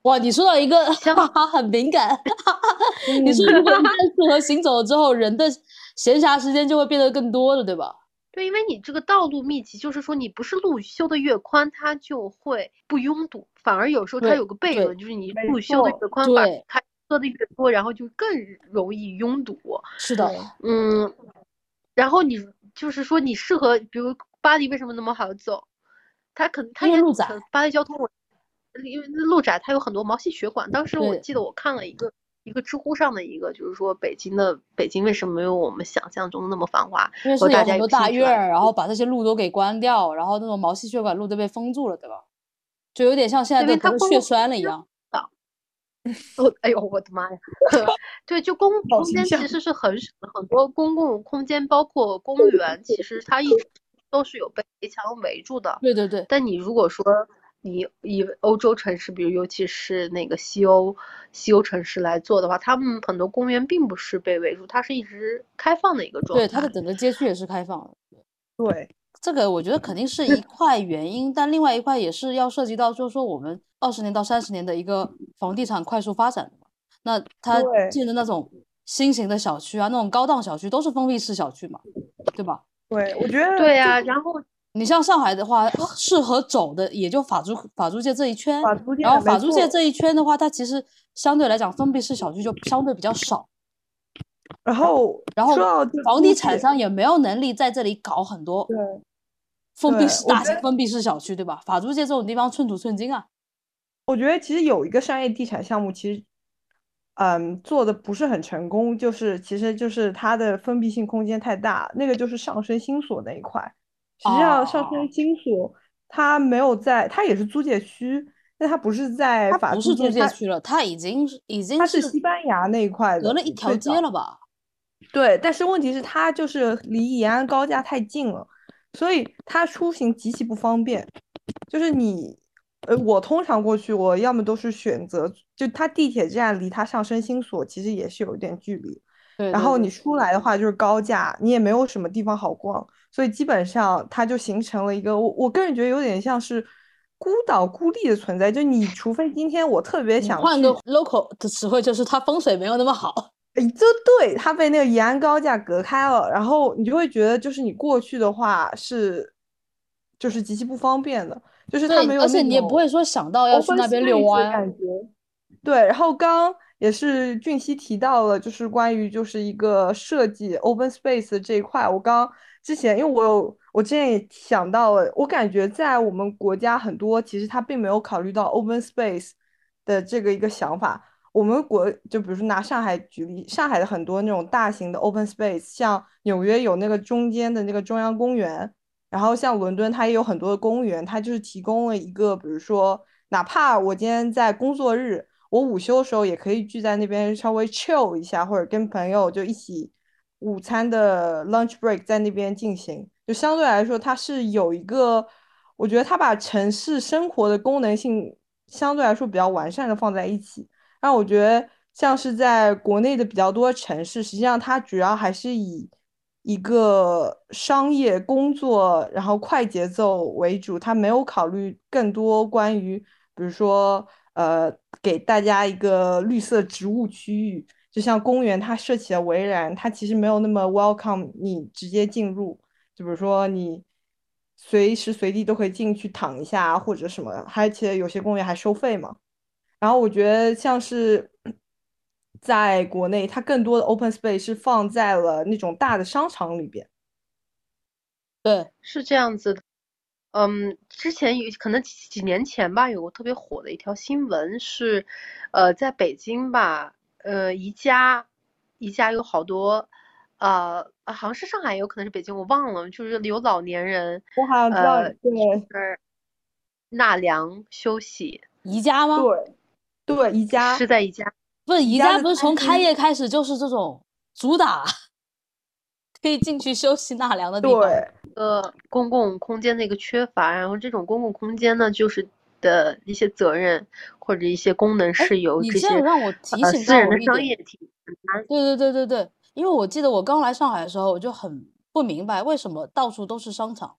哇，你说到一个很敏感，你说如果一旦适合行走了之后，人的闲暇时间就会变得更多了，对吧？ 对，因为你这个道路密集，就是说你不是路修的越宽，它就会不拥堵，反而有时候它有个悖论，就是你路修的越宽，反而它车的越多，然后就更容易拥堵。 是的， 嗯，然后你就是说你适合，比如巴黎为什么那么好走？它可能它也路窄， 巴黎交通，因为路窄，它有很多毛细血管。当时我记得我看了一个。一个知乎上的一个，就是说北京的北京为什么没有我们想象中那么繁华？ 因为是有很多大院，然后把这些路都给关掉，然后那种毛细血管路都被封住了，对吧？就有点像现在都得了血栓了一样。 哦，哎呦，我的妈呀！对，就公共空间其实是很少的，很多公共空间，包括公园，其实它一直都是有被围墙围住的。 对对对。 但你如果说你以欧洲城市，比如尤其是那个西欧西欧城市来做的话，他们很多公园并不是被围住，它是一直开放的一个状态。 对，它的整个街区也是开放的。 对， 这个我觉得肯定是一块原因，但另外一块也是要涉及到，就是说我们二十年到三十年的一个房地产快速发展。那它建的那种新型的小区啊，那种高档小区都是封闭式小区嘛，对吧？ 对，我觉得对呀、啊。然后你像上海的话，适合走的也就法租法租界这一圈，然后法租界这一圈的话，它其实相对来讲封闭式小区就相对比较少。 然后， 然后房地产商也没有能力在这里搞很多封闭式大型封闭式小区，对吧？法租界这种地方寸土寸金啊。 我觉得其实有一个商业地产项目，其实，嗯，做的不是很成功，就是其实就是它的封闭性空间太大，那个就是上升星所那一块。实际上，上升星所它没有在，它也是租界区，但它不是在法租界， 它不是租界区了，它已经已经它是西班牙那一块的， 隔了一条街了吧？ 对，但是问题是它就是离延安高架太近了，所以它出行极其不方便，就是你。呃，我通常过去，我要么都是选择，就它地铁站离它上升星所其实也是有一点距离， 对。 然后你出来的话就是高架，你也没有什么地方好逛，所以基本上它就形成了一个，我我个人觉得有点像是孤岛孤立的存在，就你除非今天我特别想去， 换个 local 的词汇就是它风水没有那么好。 哎，就对，它被那个延安高架隔开了，然后你就会觉得就是你过去的话是，就是极其不方便的。就是它没有那种， 而且你也不会说想到要去那边遛弯感觉。对，然后刚也是俊熙提到了，就是关于就是一个设计 open space 这一块。我刚之前因为我有我之前也想到了，我感觉在我们国家很多其实他并没有考虑到 open space 的这个一个想法。我们国就比如说拿上海举例，上海的很多那种大型的 open space，像纽约有那个中间的那个中央公园。然后像伦敦，它也有很多的公园，它就是提供了一个，比如说，哪怕我今天在工作日，我午休的时候也可以聚在那边稍微 chill 一下，或者跟朋友就一起午餐的 lunch break 在那边进行。就相对来说，它是有一个，我觉得它把城市生活的功能性相对来说比较完善的放在一起。然后我觉得像是在国内的比较多城市，实际上它主要还是以一个商业工作，然后快节奏为主，他没有考虑更多关于，比如说，呃，给大家一个绿色植物区域，就像公园，它设起了围栏，它其实没有那么 welcome 你直接进入，就比如说你随时随地都可以进去躺一下或者什么，而且有些公园还收费嘛。然后我觉得像是在国内，它更多的 open space 是放在了那种大的商场里边。 对， 是这样子的。嗯，之前有可能几几年前吧，有个特别火的一条新闻是，呃，在北京吧，呃，宜家，宜家有好多，呃，好像是上海，有可能是北京，我忘了，就是有老年人， 我好像知道， 呃， 对， 纳凉休息。 宜家吗？ 对，对，宜家是在宜家。 不是宜家，不是从开业开始就是这种主打可以进去休息纳凉的地方。 对， 呃，公共空间的一个缺乏，然后这种公共空间呢，就是的一些责任或者一些功能是由这些让我提呃醒私人的商业体承担。 对对对对对，因为我记得我刚来上海的时候，我就很不明白为什么到处都是商场，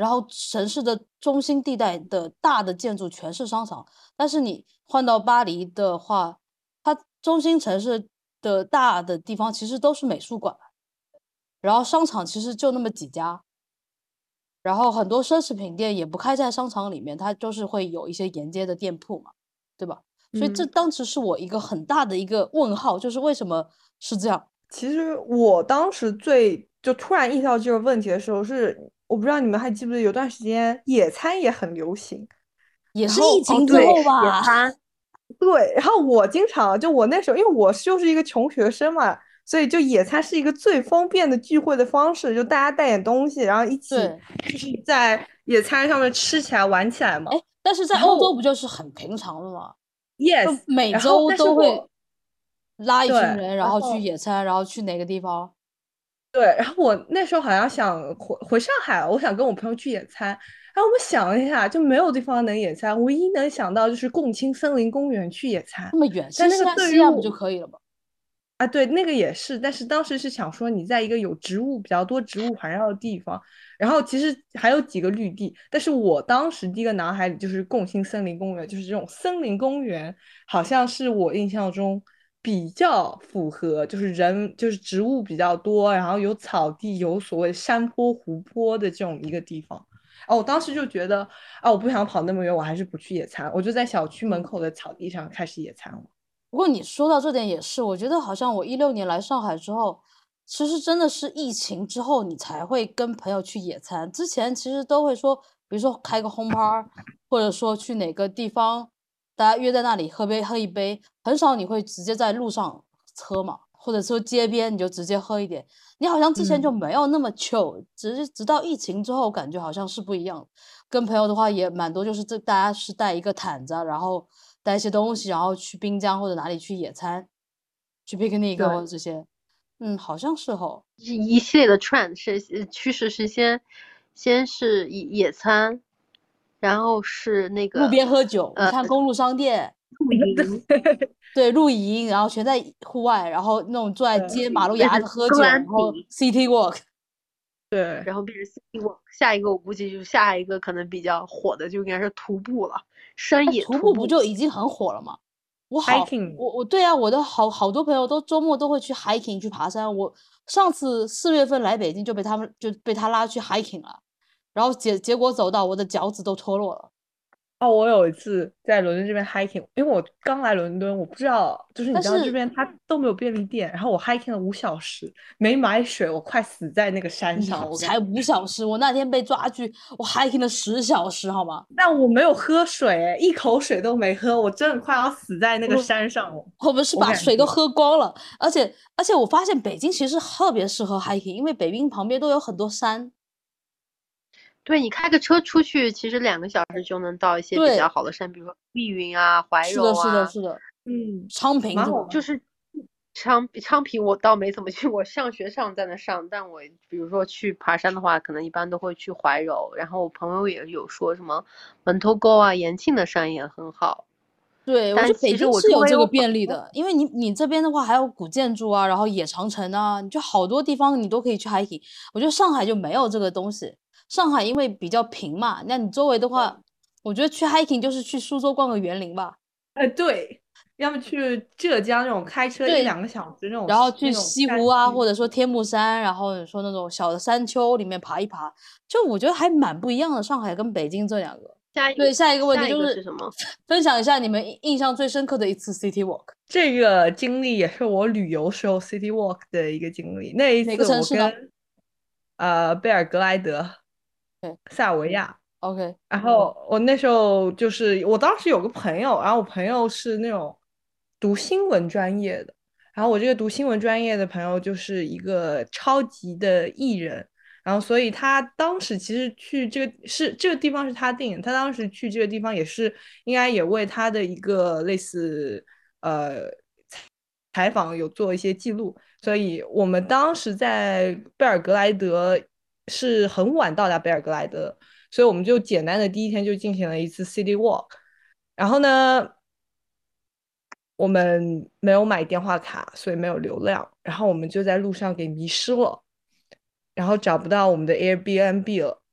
然后城市的中心地带的大的建筑全是商场。但是你换到巴黎的话，它中心城市的大的地方其实都是美术馆，然后商场其实就那么几家，然后很多奢侈品店也不开在商场里面，它就是会有一些沿街的店铺嘛，对吧？所以这嗯， 当时是我一个很大的一个问号，就是为什么是这样？ 其实我当时最就突然意识到这个问题的时候是，我不知道你们还记不记得有段时间野餐也很流行。 也是疫然后哦， 情之对， 后吧？ 野餐， 对，然后我经常就我那时候，因为我就是一个穷学生嘛，所以就野餐是一个最方便的聚会的方式，就大家带点东西，然后一起对， 就是在野餐上面吃起来玩起来嘛。 哎，但是在然后欧洲不就是很平常的吗？就 yes，然后每周但是都会我拉一对， 群人，然后去然后野餐，然后去哪个地方？ 对，然后我那时候好像想回回上海，我想跟我朋友去野餐，然后我们想了一下，就没有地方能野餐，唯一能想到就是共青森林公园去野餐， 那么远，其但那个实西安对于我西安不就可以了吗？ 啊，对，那个也是，但是当时是想说你在一个有植物比较多植物环绕的地方，然后其实还有几个绿地，但是我当时第一个脑海里就是共青森林公园，就是这种森林公园，好像是我印象中比较符合，就是人就是植物比较多，然后有草地，有所谓山坡、湖泊的这种一个地方。哦，我当时就觉得啊，我不想跑那么远，我还是不去野餐，我就在小区门嗯。 口的草地上开始野餐了。 不过你说到这点也是，我觉得好像我一六年来上海之后，其实真的是疫情之后，你才会跟朋友去野餐。之前其实都会说，比如说开个轰趴儿，或者说去哪个地方，大家约在那里喝杯喝一杯，很少你会直接在路上喝嘛，或者说街边你就直接喝一点。你好像之前就嗯， 没有那么 chill，只是直到疫情之后，感觉好像是不一样的。跟朋友的话也蛮多，就是这大家是带一个毯子啊，然后带一些东西，然后去滨江或者哪里去野餐，去 picnic 对。 或者这些。嗯，好像是吼。 是一系列的 trend 是呃趋势是先先是野野餐，然后是那路个边喝酒，你呃看公路商店， 露营， 对，露营，然后全在户外，然后那种坐在对街马路牙子变成喝酒，然后 glamping， city walk。 对， 然后变成 city walk，下一个我估计就是下一个可能比较火的就应该是徒步了，山哎， 野徒步不徒步。 就已经很火了吗？我好， hiking， 我我对啊，我的好好多朋友都周末都会去 hiking 去爬山。我上次四月份来北京就被他们就被他拉去 hiking 了，然后结结果走到我的脚趾都脱落了。 哦，我有一次在伦敦这边 hiking，因为我刚来伦敦，我不知道，就是你知道这但是边它都没有便利店，然后我 hiking 了五小时，没买水，我快死在那个山你上，我感才五小时，我那天被抓去，我 hiking 了十小时，好吗？ 但我没有喝水，一口水都没喝，我真的快要死在那个我山上了， 我们是我感觉。 把水都喝光了，而且而且我发现北京其实特别适合 hiking，因为北京旁边都有很多山。 对，你开个车出去，其实两个小时就能到一些比较对， 好的山，比如说密云啊、怀是的，是的， 柔啊， 是的， 嗯， 昌平对吧？ 蛮好玩。 就是昌昌平我倒没怎么去，我上学上在那上，但我比如说去爬山的话，可能一般都会去怀柔，然后我朋友也有说什么门头沟啊、延庆的山也很好， 对，我觉但其实得北京我周围有是有这个便利很多， 的，因为你你这边的话还有古建筑啊，然后野长城啊，你就好多地方你都可以去 hiking。我觉得上海就没有这个东西，上海因为比较平嘛，那你周围的话，我觉得去 hiking 就是去苏州逛个园林吧。 呃，对，要么去浙江那种开车一对， 两个小时那种然后去那种山西湖啊，或区。 者说天目山，然后你说那种小的山丘里面爬一爬，就我觉得还蛮不一样的。上海跟北京这两个。对， 下一个下一个问题下一就是个是什么？ 分享一下你们印印象最深刻的一次 city walk， 这个经历也是我旅游时候 city walk 的一个经历。那一哪个次我城市呢？ 跟呃贝尔格莱德、 对塞尔维亚， ，OK， 然后我那时候就是我当时有个朋友，然后我朋友是那种读新闻专业的，然后我这个读新闻专业的朋友就是一个超级的艺人，然后所以他当时其实去这个是这个地方是他定的，他当时去这个地方也是应该也为他的一个类似呃采访有做一些记录，所以我们当时在贝尔格莱德是很晚到达贝尔格莱德，所以我们就简单的第一天就进行了一次 city walk，然后呢。我们没有买电话卡，所以没有流量，然后我们就在路上给迷失了，然后找不到我们的 Airbnb 了，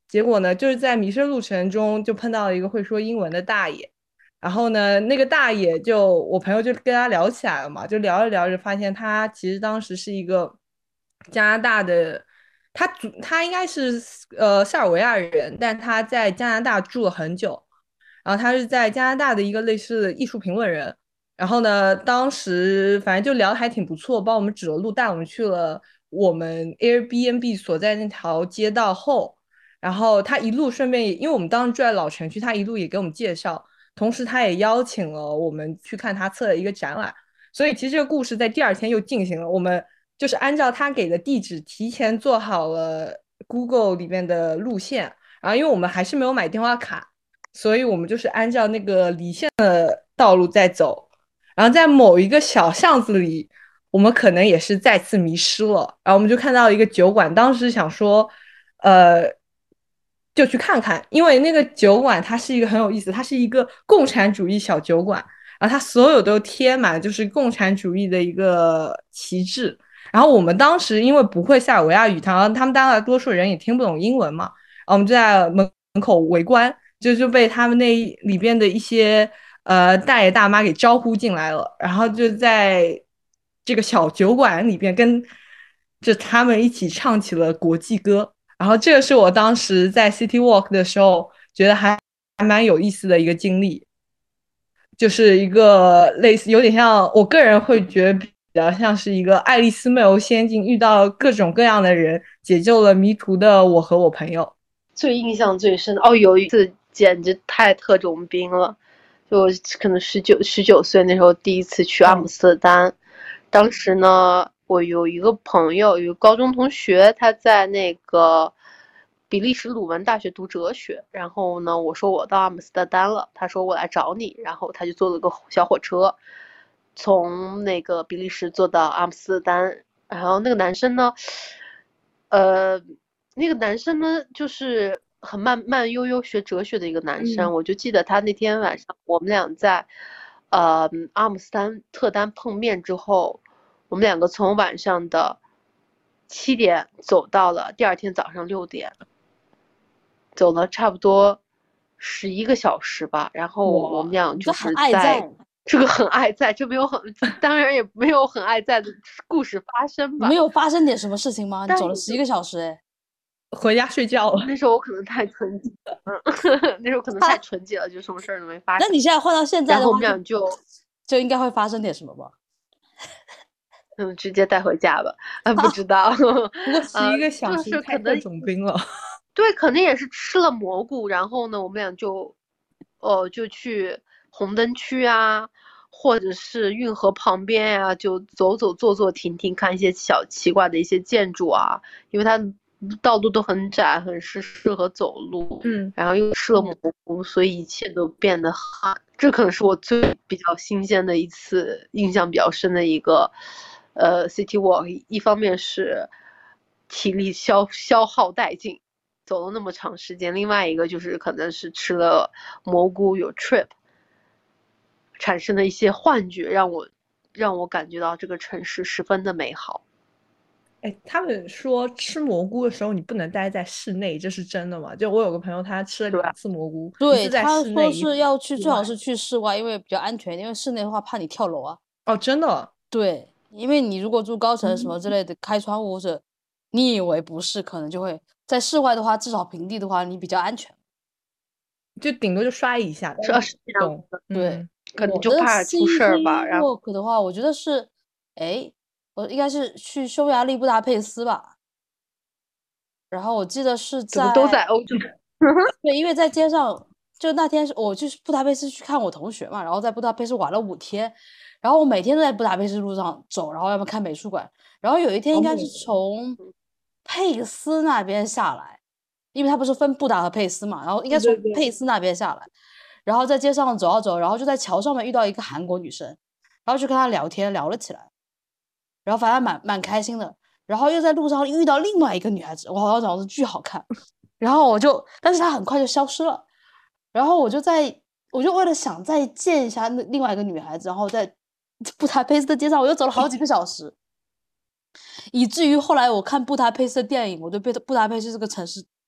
结果呢，就是在迷失路程中就碰到了一个会说英文的大爷。然后呢，那个大爷就我朋友就跟他聊起来了嘛，就聊着聊着发现他其实当时是一个加拿大的，他主他应该是呃塞尔维亚人，但他在加拿大住了很久，然后他是在加拿大的一个类似的艺术评论人。然后呢，当时反正就聊得还挺不错，帮我们指了路，带我们去了我们 Airbnb 所在那条街道后。然后他一路顺便，因为我们当时住在老城区，他一路也给我们介绍，同时他也邀请了我们去看他策的一个展览。所以其实这个故事在第二天又进行了，我们就是按照他给的地址提前做好了 Google 里面的路线，然后因为我们还是没有买电话卡，所以我们就是按照那个离线的道路在走。然后在某一个小巷子里，我们可能也是再次迷失了。然后我们就看到一个酒馆，当时想说，呃，就去看看，因为那个酒馆它是一个很有意思，它是一个共产主义小酒馆，然后它所有都贴满就是共产主义的一个旗帜。然后我们当时因为不会塞尔维亚语，然后他们大多数人也听不懂英文嘛，然后我们就在门口围观，就就被他们那里边的一些呃大爷大妈给招呼进来了，然后就在这个小酒馆里边跟着他们一起唱起了国际歌。然后这个是我当时在 City Walk 的时候觉得还还蛮有意思的一个经历，就是一个类似有点像，我个人会觉得比较像是一个爱丽丝梦游仙境，遇到各种各样的人，解救了迷途的我和我朋友。 最印象最深的哦，有一次简直太特种兵了，就可能十九十九岁那时候第一次去阿姆斯特丹，当时呢，我有一个朋友，有一个高中同学，他在那个比利时鲁汶大学读哲学。然后呢，我说我到阿姆斯特丹了，他说我来找你，然后他就坐了个小火车，从那个比利时坐到阿姆斯特丹。然后那个男生呢，呃，那个男生呢，就是很慢慢悠悠学哲学的一个男生。 嗯、 我就记得他那天晚上，我们俩在呃阿姆斯特丹碰面之后，我们两个从晚上的七点走到了第二天早上六点，走了差不多十一个小时吧。然后我们俩就是在这个很爱在，这没有很，当然也没有很爱在的故事发生吧。 你没有发生点什么事情吗？你走了十一个小时，哎， 回家睡觉了。 那时候我可能太纯洁了，嗯，那时候可能太纯洁了，就什么事儿都没发生。 那你现在换到现在的话， 然后我们俩就就应该会发生点什么吧？ 嗯，直接带回家吧。啊，不知道。 不过十一个小时太特种兵了。 对，肯定也是吃了蘑菇。然后呢，我们俩就，哦，就去红灯区啊，或者是运河旁边啊，就走走坐坐停停，看一些小奇怪的一些建筑啊，因为它道路都很窄，很是适合走路。 嗯， 然后又吃了蘑菇，所以一切都变得很，这可能是我最比较新鲜的一次，印象比较深的一个。呃 ，City Walk， 一方面是体力消消耗殆尽，走了那么长时间；另外一个就是可能是吃了蘑菇有 trip， 产生的一些幻觉，让我让我感觉到这个城市十分的美好。 哎，他们说吃蘑菇的时候你不能待在室内，这是真的吗？就我有个朋友，他吃了两次蘑菇， 对， 一次在他室内， 说是要去，最好是去室外，因为比较安全。因为室内的话，怕你跳楼啊。 哦，真的？ 对，因为你如果住高层什么之类的，嗯、开窗户或者你以为不是，可能就会在室外的话，至少平地的话，你比较安全。 就顶多就摔一下， 是是这样的。 对， 嗯、 可能就怕出事儿吧。 然后 walk 的话，我觉得是，哎，我应该是去匈牙利布达佩斯吧。然后我记得是在， 怎么都在欧洲？ 对，因为在街上，就那天我去布达佩斯去看我同学嘛，然后在布达佩斯玩了五天，然后我每天都在布达佩斯路上走，然后要么看美术馆，然后有一天应该是从佩斯那边下来，因为它不是分布达和佩斯嘛，然后应该从佩斯那边下来，然后在街上走啊走，然后就在桥上面遇到一个韩国女生，然后就跟她聊天聊了起来，然后反正蛮蛮开心的，然后又在路上遇到另外一个女孩子，我好像长得巨好看。然后我就，但是他很快就消失了。然后我就在，我就为了想再见一下那另外一个女孩子，然后在布达佩斯的街上，我又走了好几个小时，以至于后来我看布达佩斯的电影，我对布达佩斯这个城市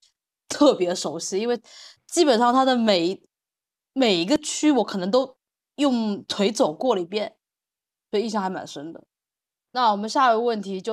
特别熟悉，因为基本上它的每一每一个区我可能都用腿走过了一遍，所以印象还蛮深的。那我们下一个问题就是，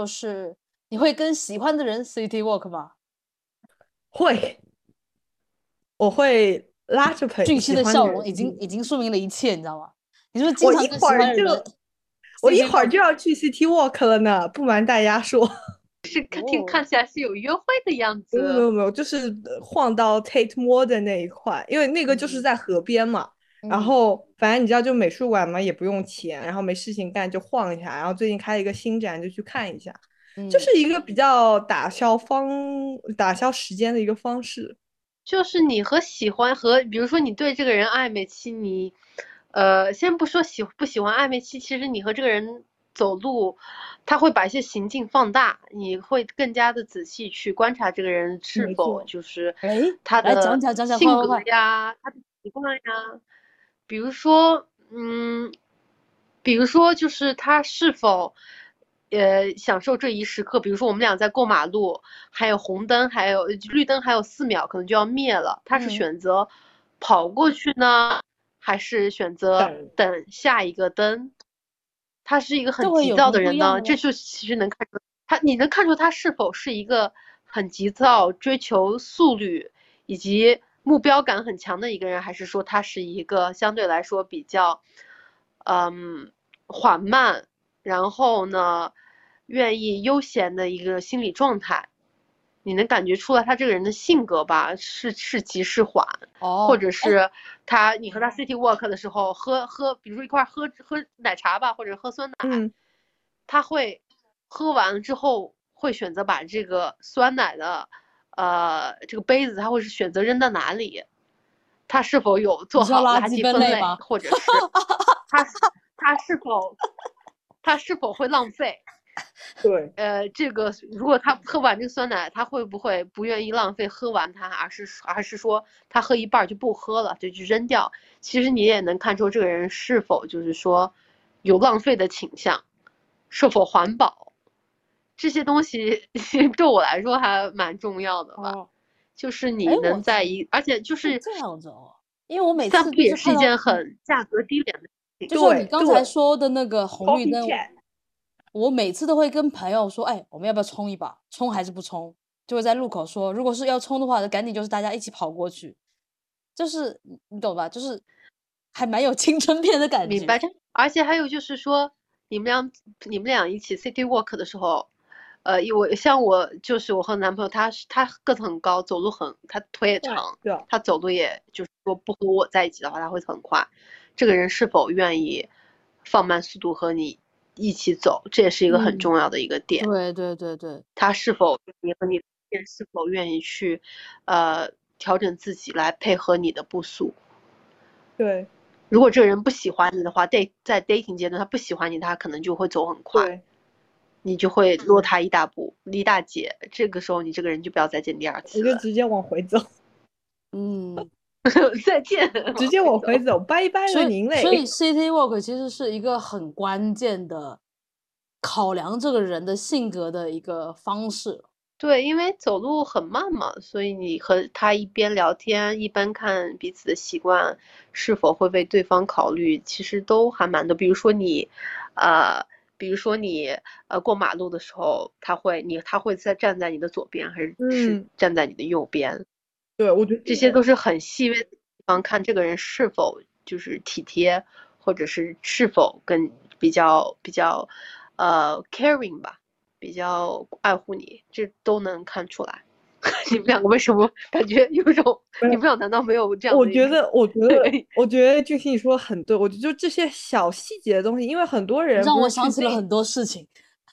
你会跟喜欢的人 city walk 吗？ 会，我会拉着朋俊熙喜欢的人， 的笑容已经已经说明了一切，你知道吗？你是不是经我常跟一会儿就喜欢的人我一 city 会儿 walk？ 就要去 City Walk 了呢，不瞒大家说。 是看听哦， 看起来是有约会的样子。 没有没有没有，就是呃晃到 Tate Modern 那一块，因为那个就是嗯在河边嘛。然嗯后反正你知道，就美术馆嘛，也不用钱，然后没事情干就晃一下。然后最近开了一个新展，就去看一下，就嗯， 是一个比较打消方打消时间的一个方式。 就是你和喜欢和，比如说你对这个人暧昧期，你，呃，先不说喜不喜欢暧昧期，其实你和这个人走路，他会把一些行径放大，你会更加的仔细去观察这个人是否没错， 就是哎，来讲他的讲讲讲，快性格快快！ 呀，他的习惯呀，比如说，嗯，比如说就是他是否。呃，享受这一时刻，比如说我们俩在过马路，还有红灯，还有绿灯，还有四秒，可能就要灭了。他是嗯， 选择跑过去呢，还是选择等等下一个灯？他是一个很急躁这会有什么的人呢， 不一样的吗？ 这就其实能看出他，你能看出他是否是一个很急躁、追求速率以及目标感很强的一个人，还是说他是一个相对来说比较，嗯，缓慢，然后呢，愿意悠闲的一个心理状态？你能感觉出来他这个人的性格吧，是是急是缓，或哦，哎， 者是他你和他 city walk 的时候喝喝，比如说一块喝喝奶茶吧，或者喝酸奶， 嗯， 他会喝完了之后会选择把这个酸奶的呃这个杯子，他会是选择扔到哪里？他是否有你做知道垃圾好垃圾分类， 分类吗？ 或者是他他是否他是否会浪费？ 对， 呃，这个如果他喝完这个酸奶，他会不会不愿意浪费喝完它，而是而是说他喝一半就不喝了，就去扔掉？其实你也能看出这个人是否就是说有浪费的倾向，是否环保，这些东西对我来说还蛮重要的吧。 哦， 就是哎， 你能我在一，而且就是是这样子哦，因为我每次散步就是看到， 也是一件很价格低廉的事情。 就像你刚才对对说的那个红绿 ，Coffee 灯， Chat， 我每次都会跟朋友说，哎，我们要不要冲一把？冲还是不冲？就会在路口说，如果是要冲的话，赶紧就是大家一起跑过去，就是你你懂吧？就是还蛮有青春片的感觉。 明白。而且还有就是说，你们俩你们俩一起 city walk 的时候，呃，因为像我就是我和男朋友，他是他个子很高，走路很，他腿也快， 长， 对啊， 他走路也就是说不和我在一起的话，他会很快。这个人是否愿意放慢速度和你一起走，这也是一个很嗯， 重要的一个点。 对对对对， 他是否你和你是否愿意去，呃，调整自己来配合你的步速。 对如果这个人不喜欢你的话，date 在 dating 阶段他不喜欢你，他可能就会走很快， 对， 你就会落他一大步一大截。这个时候你这个人就不要再见第二我次了。 就直接往回走， 嗯， 再见， 直接往回走，拜拜所以了您所以嘞。 city walk 其实是一个很关键的考量这个人的性格的一个方式。 对，因为走路很慢嘛，所以你和他一边聊天，一边看彼此的习惯是否会为对方考虑，其实都还蛮多。比如说你，呃，比如说你呃过马路的时候，他会你他会在站在你的左边，还是是嗯， 站在你的右边？ 对，我觉得这些都是很细微的地方，看这个人是否就是体贴，或者是是否跟比较比较呃 caring 吧，比较爱护你，这都能看出来。你们两个为什么感觉有种？ 没有你们俩难道没有这样的一个？ 我觉得，我觉得，我觉得俊熙你说的很对。我觉得就这些小细节的东西，因为很多你让我人不是去想起了 date， 很多事情，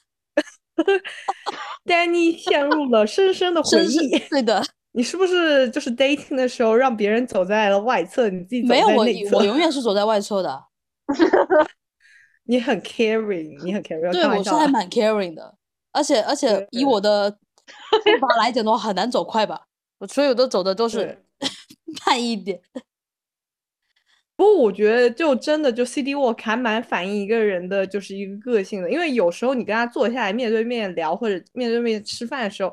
丹妮陷入了深深的回真是忆。 对的。 你是不是就是 dating 的时候让别人走在了外侧，你自己走没有我， 在内侧？ 我永远是走在外侧的。 你很 caring，你很 caring， 对， 开玩笑啦。 我是还蛮 caring 的，而且而且以对我的步伐来讲的话，很难走快吧。我所有都走的都是对， 慢一点。 不过我觉得就真的就 C D walk 还蛮反映一个人的就是一个个性的，因为有时候你跟他坐下来面对面聊或者面对面吃饭的时候，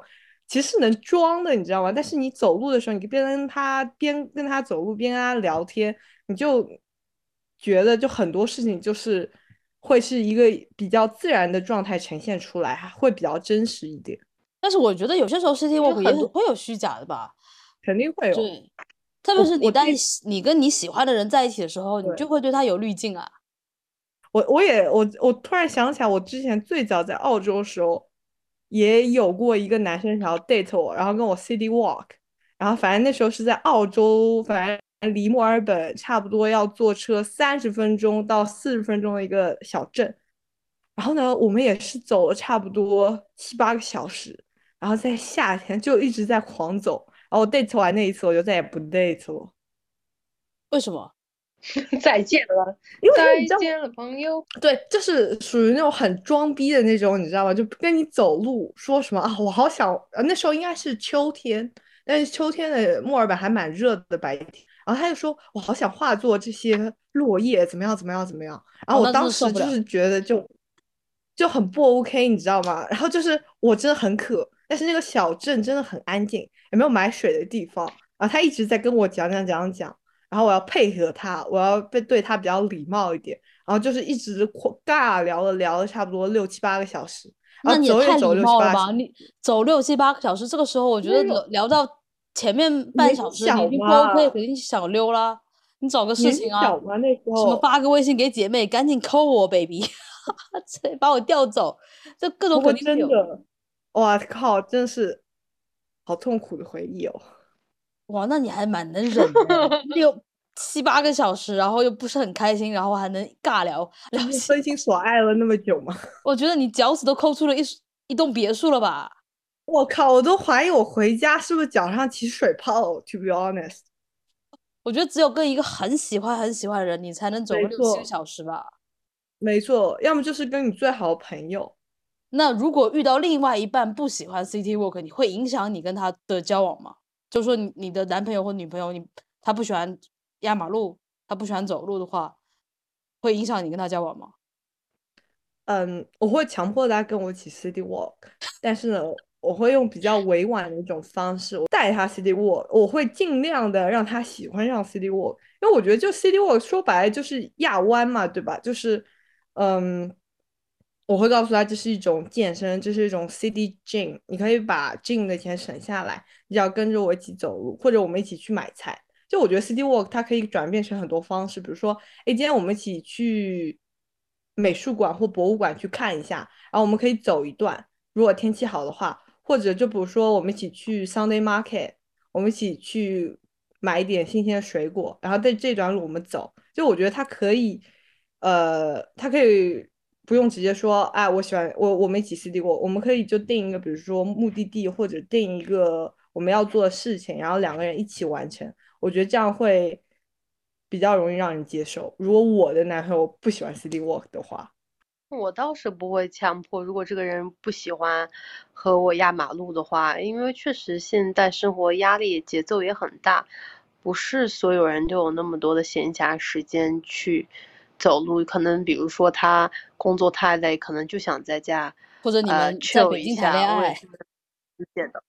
其实是能装的，你知道吗？但是你走路的时候，你边跟他边跟他走路边跟他聊天，你就觉得就很多事情就是会是一个比较自然的状态呈现出来，还会比较真实一点。 但是我觉得有些时候 City 因为 Walk 也很多会有虚假的吧？ 肯定会有。 对，特别我是你在我第你跟你喜欢的人在一起的时候，你就对会对他有滤镜啊。 我我也我我突然想起来，我之前最早在澳洲的时候，也有过一个男生想要 date 我，然后跟我 city walk，然后反正那时候是在澳洲，反正离墨尔本差不多要坐车三十分钟到四十分钟的一个小镇，然后呢，我们也是走了差不多七八个小时，然后在夏天就一直在狂走，然后我 date 完那一次，我就再也不 date 了。 为什么？ 再见了， 因为因为再你知道， 见了，朋友。 对，就是属于那种很装逼的那种，你知道吗？就跟你走路说什么啊，我好想，呃，那时候应该是秋天，但是秋天的墨尔本还蛮热的白天，然后他就说我好想化作这些落叶，怎么样，怎么样，怎么样？然哦， 后我那真当时就的受不了。 是觉得就就很不 OK，你知道吗？然后就是我真的很渴，但是那个小镇真的很安静，也没有买水的地方，然后他一直在跟我讲讲讲讲。然后我要配合他，我要被对他比较礼貌一点，然后就是一直尬聊了聊了差不多六七八个小时，然那后你也太礼走也走六七貌了吧？ 八个小时。 你走六七八个小时，这个时候我觉得聊没有聊到前面半年小时，你已小经不 OK， 嘛， 肯定想溜啦。你找个事年情啊， 小嘛，那时什么候。 发个微信给姐妹，赶紧扣我，baby，这把我调走，这各种不过肯定会有。 真的，哇靠，真是好痛苦的回忆哦。 哇，那你还蛮能忍的欸，六七八个小时，然后又不是很开心，然后还能尬聊聊起。 这不是分心所爱了那么久吗？ 我觉得你脚趾都抠出了一一栋别墅了吧？ 我靠，我都怀疑我回家是不是脚上起水泡，to be honest。 我觉得只有跟一个很喜欢很喜欢的人，你才能走个六七个没错， 小时吧。 没错，要么就是跟你最好的朋友。 那如果遇到另外一半不喜欢 City Walk，你会影响你跟他的交往吗？就是说你你的男朋友或女朋友，你他不喜欢压马路，他不喜欢走路的话，会影响你跟他交往吗？ 嗯，我会强迫他跟我一起 city walk，但是呢，我会用比较委婉的一种方式，我带他 city walk，我会尽量的让他喜欢上 city walk，因为我觉得就 city walk 说白了就是压弯嘛，对吧？就是，嗯，我会告诉他这是一种健身，这是一种 city gym，你可以把 gym 的钱省下来，你只要跟着我一起走路，或者我们一起去买菜。就我觉得 city walk 它可以转变成很多方式，比如说，哎，今天我们一起去美术馆或博物馆去看一下，然后我们可以走一段，如果天气好的话，或者就比如说我们一起去 Sunday Market，我们一起去买一点新鲜的水果，然后在这段路我们走，就我觉得它可以，呃，它可以不用直接说，哎，我喜欢我我们一起 city walk，我们可以就定一个，比如说目的地或者定一个我们要做的事情，然后两个人一起完成。我觉得这样会比较容易让人接受。如果我的男朋友不喜欢 city walk 的话， 我倒是不会强迫，如果这个人不喜欢和我压马路的话，因为确实现在生活压力节奏也很大，不是所有人都有那么多的闲暇时间去走路。可能比如说他工作太累，可能就想在家或者你呃们在 chill 北京谈一下， 恋爱？ 我也是能理解的。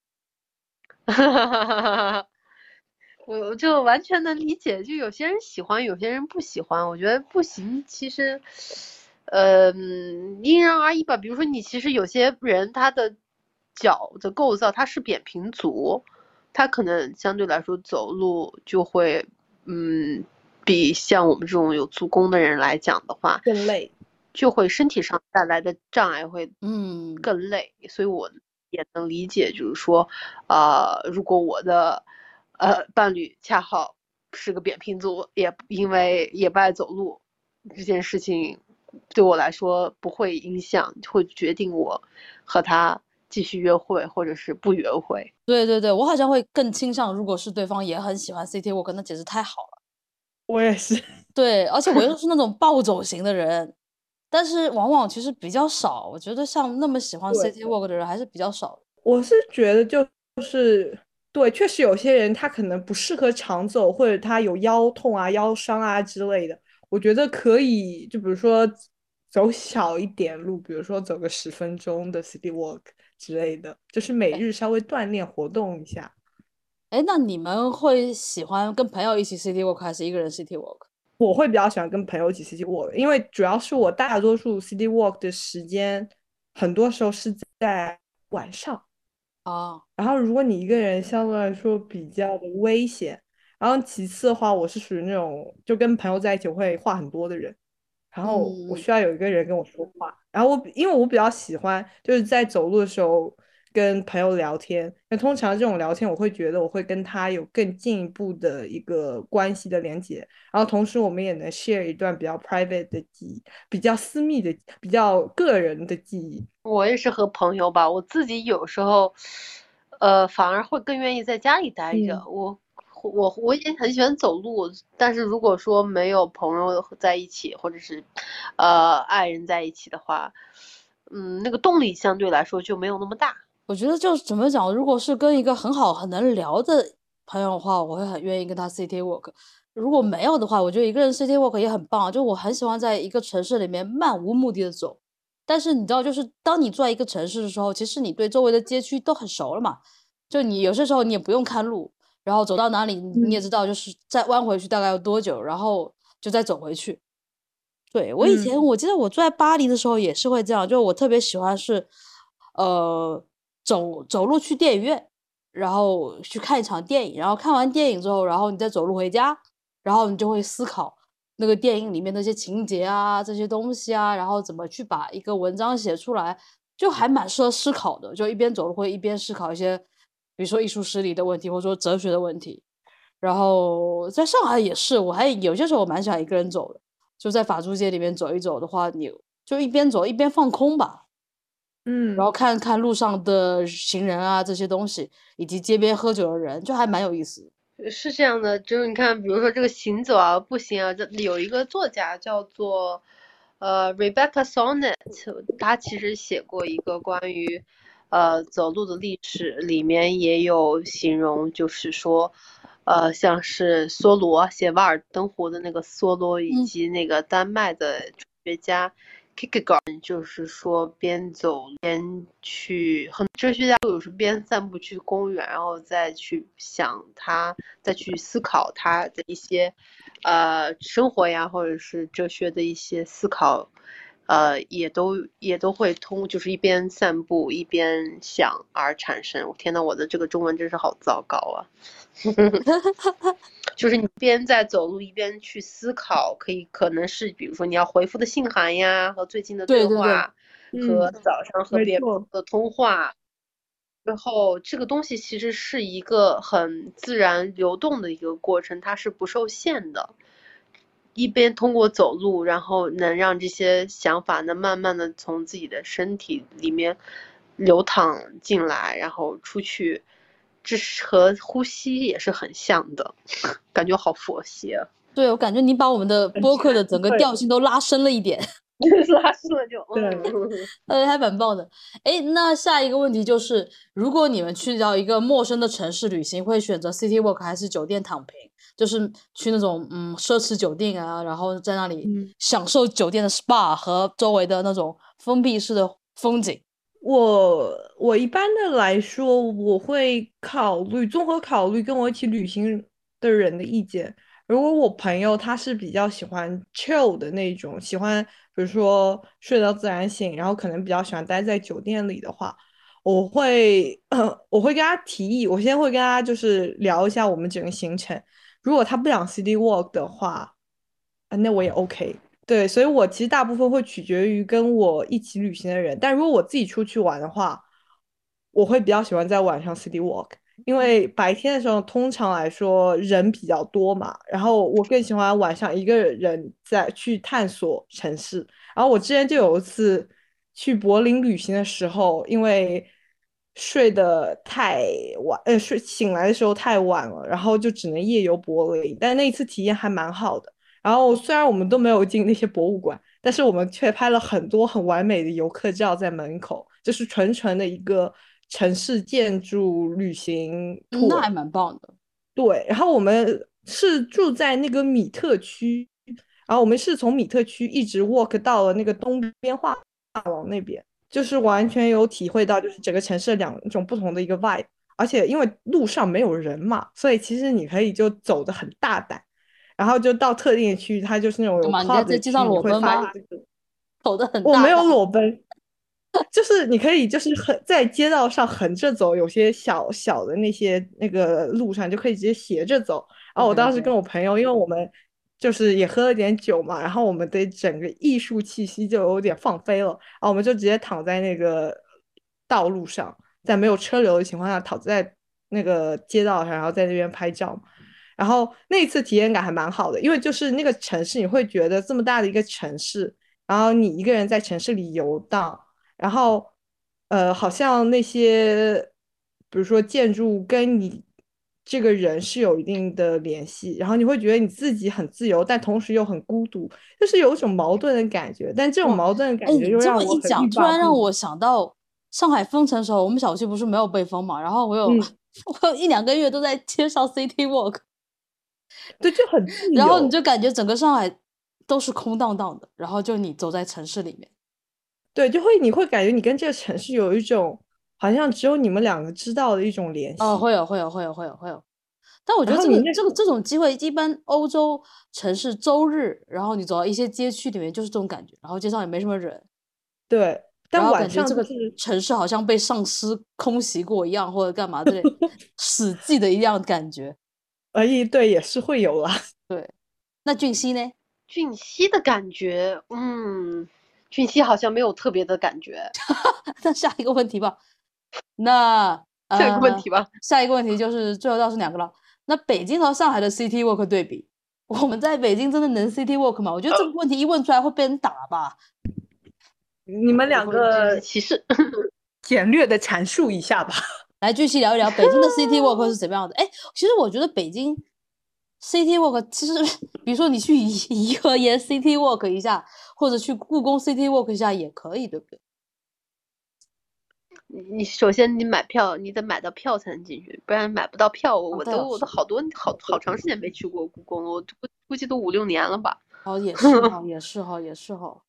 我我就完全能理解，就有些人喜欢，有些人不喜欢。我觉得不行，其实，呃，因人而异吧。比如说，你其实有些人他的脚的构造他是扁平足，他可能相对来说走路就会，嗯，比像我们这种有足弓的人来讲的话， 更累。 就会身体上带来的障碍会嗯， 更累。所以我也能理解，就是说，呃，如果我的呃伴侣恰好是个扁平足，也因为也不爱走路，这件事情对我来说不会影响，会决定我和他继续约会或者是不约会。 对对对，我好像会更倾向，如果是对方也很喜欢 City Walk，那简直太好了。 我也是。 对，而且我又是那种暴走型的人，但是往往其实比较少。我觉得像那么喜欢对 City Walk 的人还是比较少的。 我是觉得就是对，确实有些人他可能不适合长走，或者他有腰痛啊、腰伤啊之类的。我觉得可以，就比如说走小一点路，比如说走个十分钟的 city walk 之类的，就是每日稍微锻炼活动一下。 哎，那你们会喜欢跟朋友一起 city walk 还是一个人 city walk？ 我会比较喜欢跟朋友一起 city walk，因为主要是我大多数 city walk 的时间，很多时候是在晚上。 啊， 然后如果你一个人，相对来说比较的危险。然后其次的话，我是属于那种就跟朋友在一起会话很多的人，然后我嗯， 需要有一个人跟我说话。然后我因为我比较喜欢就是在走路的时候跟朋友聊天，那通常这种聊天我会觉得我会跟他有更进一步的一个关系的连接，然后同时我们也能 share 一段比较 private 的记忆，比较私密的、比较个人的记忆。 我也是和朋友吧，我自己有时候，呃，反而会更愿意在家里待着。 嗯我我我也很喜欢走路，但是如果说没有朋友在一起，或者是，呃，爱人在一起的话，嗯，那个动力相对来说就没有那么大。 我觉得就是怎么讲，如果是跟一个很好很能聊的朋友的话，我会很愿意跟他 city walk。如果没有的话，我觉得一个人 city walk 也很棒，就我很喜欢在一个城市里面漫无目的的走。但是你知道，就是当你住在一个城市的时候，其实你对周围的街区都很熟了嘛，就你有些时候你也不用看路，然后走到哪里你也嗯知道，就是再弯回去大概要多久，然后就再走回去。对，我以前嗯我记得我住在巴黎的时候也是会这样，就我特别喜欢是，呃，走走路去电影院，然后去看一场电影，然后看完电影之后，然后你再走路回家，然后你就会思考那个电影里面那些情节啊，这些东西啊，然后怎么去把一个文章写出来，就还蛮适合思考的，就一边走路会一边思考一些，比如说艺术史里的问题，或者说哲学的问题。然后在上海也是，我还有些时候我蛮喜欢一个人走的。就在法租界里面走一走的话，你就一边走一边放空吧，然嗯。 后看看路上的行人啊这些东西，以及街边喝酒的人，就还蛮有意思的。 是这样的，就是你看，比如说这个行走啊、步行啊，这有一个作家叫做呃 Rebecca Solnit，他其实写过一个关于呃走路的历史，里面也有形容，就是说，呃，像是梭罗写《瓦尔登湖》的那个梭罗，以嗯， 及那个丹麦的哲学家 Kierkegaard，就是说边走边去，很多哲学家都有时边散步去公园，然后再去想他，再去思考他的一些，呃，生活呀，或者是哲学的一些思考，呃，也都也都会通，就是一边散步一边想而产生。我天呐，我的这个中文真是好糟糕啊！就是你边在走路一边去思考，可以可能是比如说你要回复的信函呀，和最近的对对对对， 话，和嗯， 早上和别人没错。 的通话，之后这个东西其实是一个很自然流动的一个过程，它是不受限的。一边通过走路，然后能让这些想法能慢慢的从自己的身体里面流淌进来，然后出去，这是和呼吸也是很像的，感觉好佛系啊。 对我感觉你把我们的很播客的整个对调性都拉深了一点。 拉伸了就对。 嗯。 呃，还蛮棒的。诶，那下一个问题就是，如果你们去到一个陌生的城市旅行，会选择 city walk 还是酒店躺平？就是去那种嗯奢侈酒店啊，然后在那里嗯。 享受酒店的 S P A 和周围的那种封闭式的风景。 我我一般的来说，我会考虑综合考虑跟我一起旅行的人的意见。如果我朋友他是比较喜欢 chill 的那种，喜欢比如说睡到自然醒，然后可能比较喜欢待在酒店里的话，我会我会跟他提议，我先会跟他就是聊一下我们整个行程。如果他不想 city walk 的话，啊，那我也 OK。对，所以我其实大部分会取决于跟我一起旅行的人，但如果我自己出去玩的话，我会比较喜欢在晚上 city walk，因为白天的时候通常来说人比较多嘛，然后我更喜欢晚上一个人在去探索城市。然后我之前就有一次去柏林旅行的时候，因为睡得太晚，呃，睡醒来的时候太晚了，然后就只能夜游柏林，但那一次体验还蛮好的。然后虽然我们都没有进那些博物馆，但是我们却拍了很多很完美的游客照在门口，就是纯纯的一个城市建筑旅行嗯，那还 tour。 蛮棒的。 对，然后我们是住在那个米特区， 然后我们是从米特区一直 walk 到了那个东边画廊那边，就是完全有体会到就是整个城市两种不同的一个 vibe。而且因为路上没有人嘛，所以其实你可以就走的很大胆，然后就到特定的区域，它就是那种有干嘛？你在 club 的区， 在街上你会裸奔吗？ 发现这个走得很我没有大胆。 裸奔，就是你可以就是横在街道上横着走，有些小小的那些那个路上就可以直接斜着走。然后我 OK 当时跟 OK， 我朋友，因为我们就是也喝了点酒嘛，然后我们的整个艺术气息就有点放飞了，然后我们就直接躺在那个道路上，在没有车流的情况下躺在那个街道上，然后在那边拍照。然后那一次体验感还蛮好的，因为就是那个城市，你会觉得这么大的一个城市，然后你一个人在城市里游荡，然后呃，好像那些比如说建筑跟你这个人是有一定的联系，然后你会觉得你自己很自由，但同时又很孤独，就是有一种矛盾的感觉。但这种哇， 矛盾的哎， 感觉又你这么让我很欲一讲，突罢不能。 然让我想到上海封城的时候，我们小区不是没有被封嘛，然后我有嗯， 我有一两个月都在街上 city walk， 对，就很自然后你由。 就感觉整个上海都是空荡荡的，然后就你走在城市里面。 对，就会你会感觉你跟这个城市有一种好像只有你们两个知道的一种联哦， 系。 会有会有会有会有会有，但我觉然得这后你那个个这个这种机会，一般欧洲城市周日，然后你走到一些街区里面就是这种感觉，然后街上也没什么人， 对， 然后但晚感觉这个上就是城市好像被丧尸空袭过一样，或者干嘛之类，史记的一样感觉。 呃，一对也是会有啦。 对，那俊熙呢？ 俊熙的感觉，嗯，俊熙好像没有特别的感觉。 那下一个问题吧。那下一个问呃， 题吧。 下一个问题就是最后倒是两个了。那北京和上海的 city walk 对比，我们在北京真的能 city walk 吗？我觉得这个问题一问出来会被人打吧。 你们两会这是个歧视。 简略的阐述一下吧。 来继续聊一聊北京的 city walk 是怎么样的。哎，其实我觉得北京 city walk 其实，比如说你去颐颐和园 city walk 一下，或者去故宫 city walk 一下也可以，对不对？ 你首先你买票，你得买到票才能进去，不然买不到票。我我都我都好多好好长时间没去过故宫了，我估估计都五六年了吧。 哦，也是哈，也是哈，也是哈。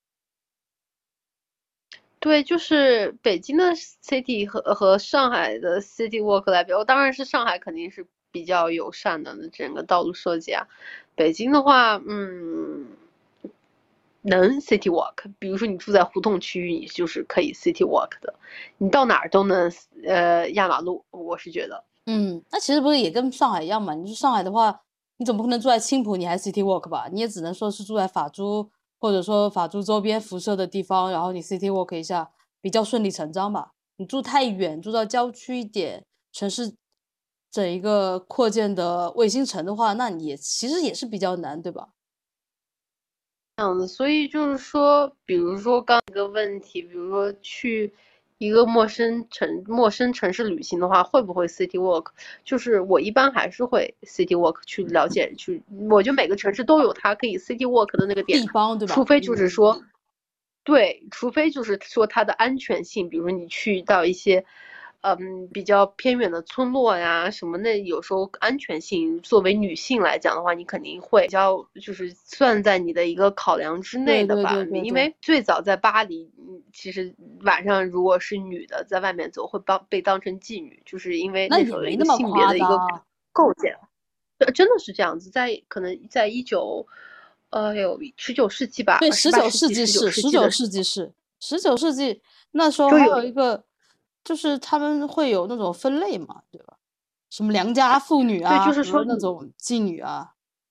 对，就是北京的 city 和和上海的 city walk 来比，我当然是上海肯定是比较友善的整个道路设计啊。北京的话，嗯，能 city walk，比如说你住在胡同区域，你就是可以 city walk 的，你到哪儿都能呃压马路，我是觉得。 嗯，那其实不是也跟上海一样嘛？你去上海的话，你总不可能住在青浦，你还 city walk 吧？你也只能说是住在法租，或者说法租周边辐射的地方，然后你 city walk 一下，比较顺理成章吧。你住太远，住到郊区一点，城市整一个扩建的卫星城的话，那你也其实也是比较难，对吧？ 这样子，所以就是说，比如说刚一个问题，比如说去一个陌生城、陌生城市旅行的话，会不会 city walk？就是我一般还是会 city walk 去了解，去我觉得每个城市都有它可以 city walk 的那个点， 地方对吧？ 除非就是说，嗯、对，除非就是说它的安全性，比如说你去到一些。嗯，比较偏远的村落呀，什么的，有时候安全性作为女性来讲的话，你肯定会比较就是算在你的一个考量之内的吧。 对对对对对因为最早在巴黎，其实晚上如果是女的在外面走，会当被当成妓女，就是因为那时候的一个性别的一个构建。真的是这样子，在可能在一九，呃，有十九世纪吧， 对，十九世纪是， 十九世纪是，十九世纪那时候还有一个。就是他们会有那种分类嘛，对吧？什么良家妇女啊， 对，就是说那种妓女啊。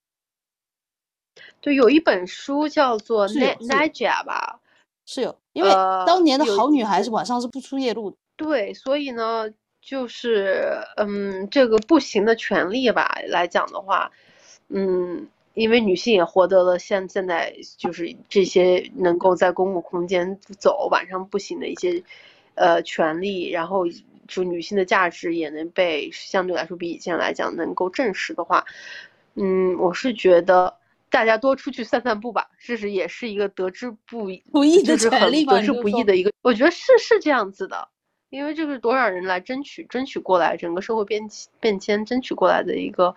对，有一本书叫做 《奈奈甲》吧， 是有，因为当年的好女孩呃、 是晚上是不出夜路的。 对，所以呢，就是嗯，这个不行的权利吧来讲的话，嗯，因为女性也获得了现现在就是这些能够在公共空间走晚上不行的一些。呃，权利，然后就女性的价值也能被相对来说比以前来讲能够正视的话，嗯，我是觉得大家多出去散散步吧，这是也是一个得之不不易的权利，得之不易的一个，我觉得是是这样子的，因为这个多少人来争取争取过来，整个社会变变迁争取过来的一个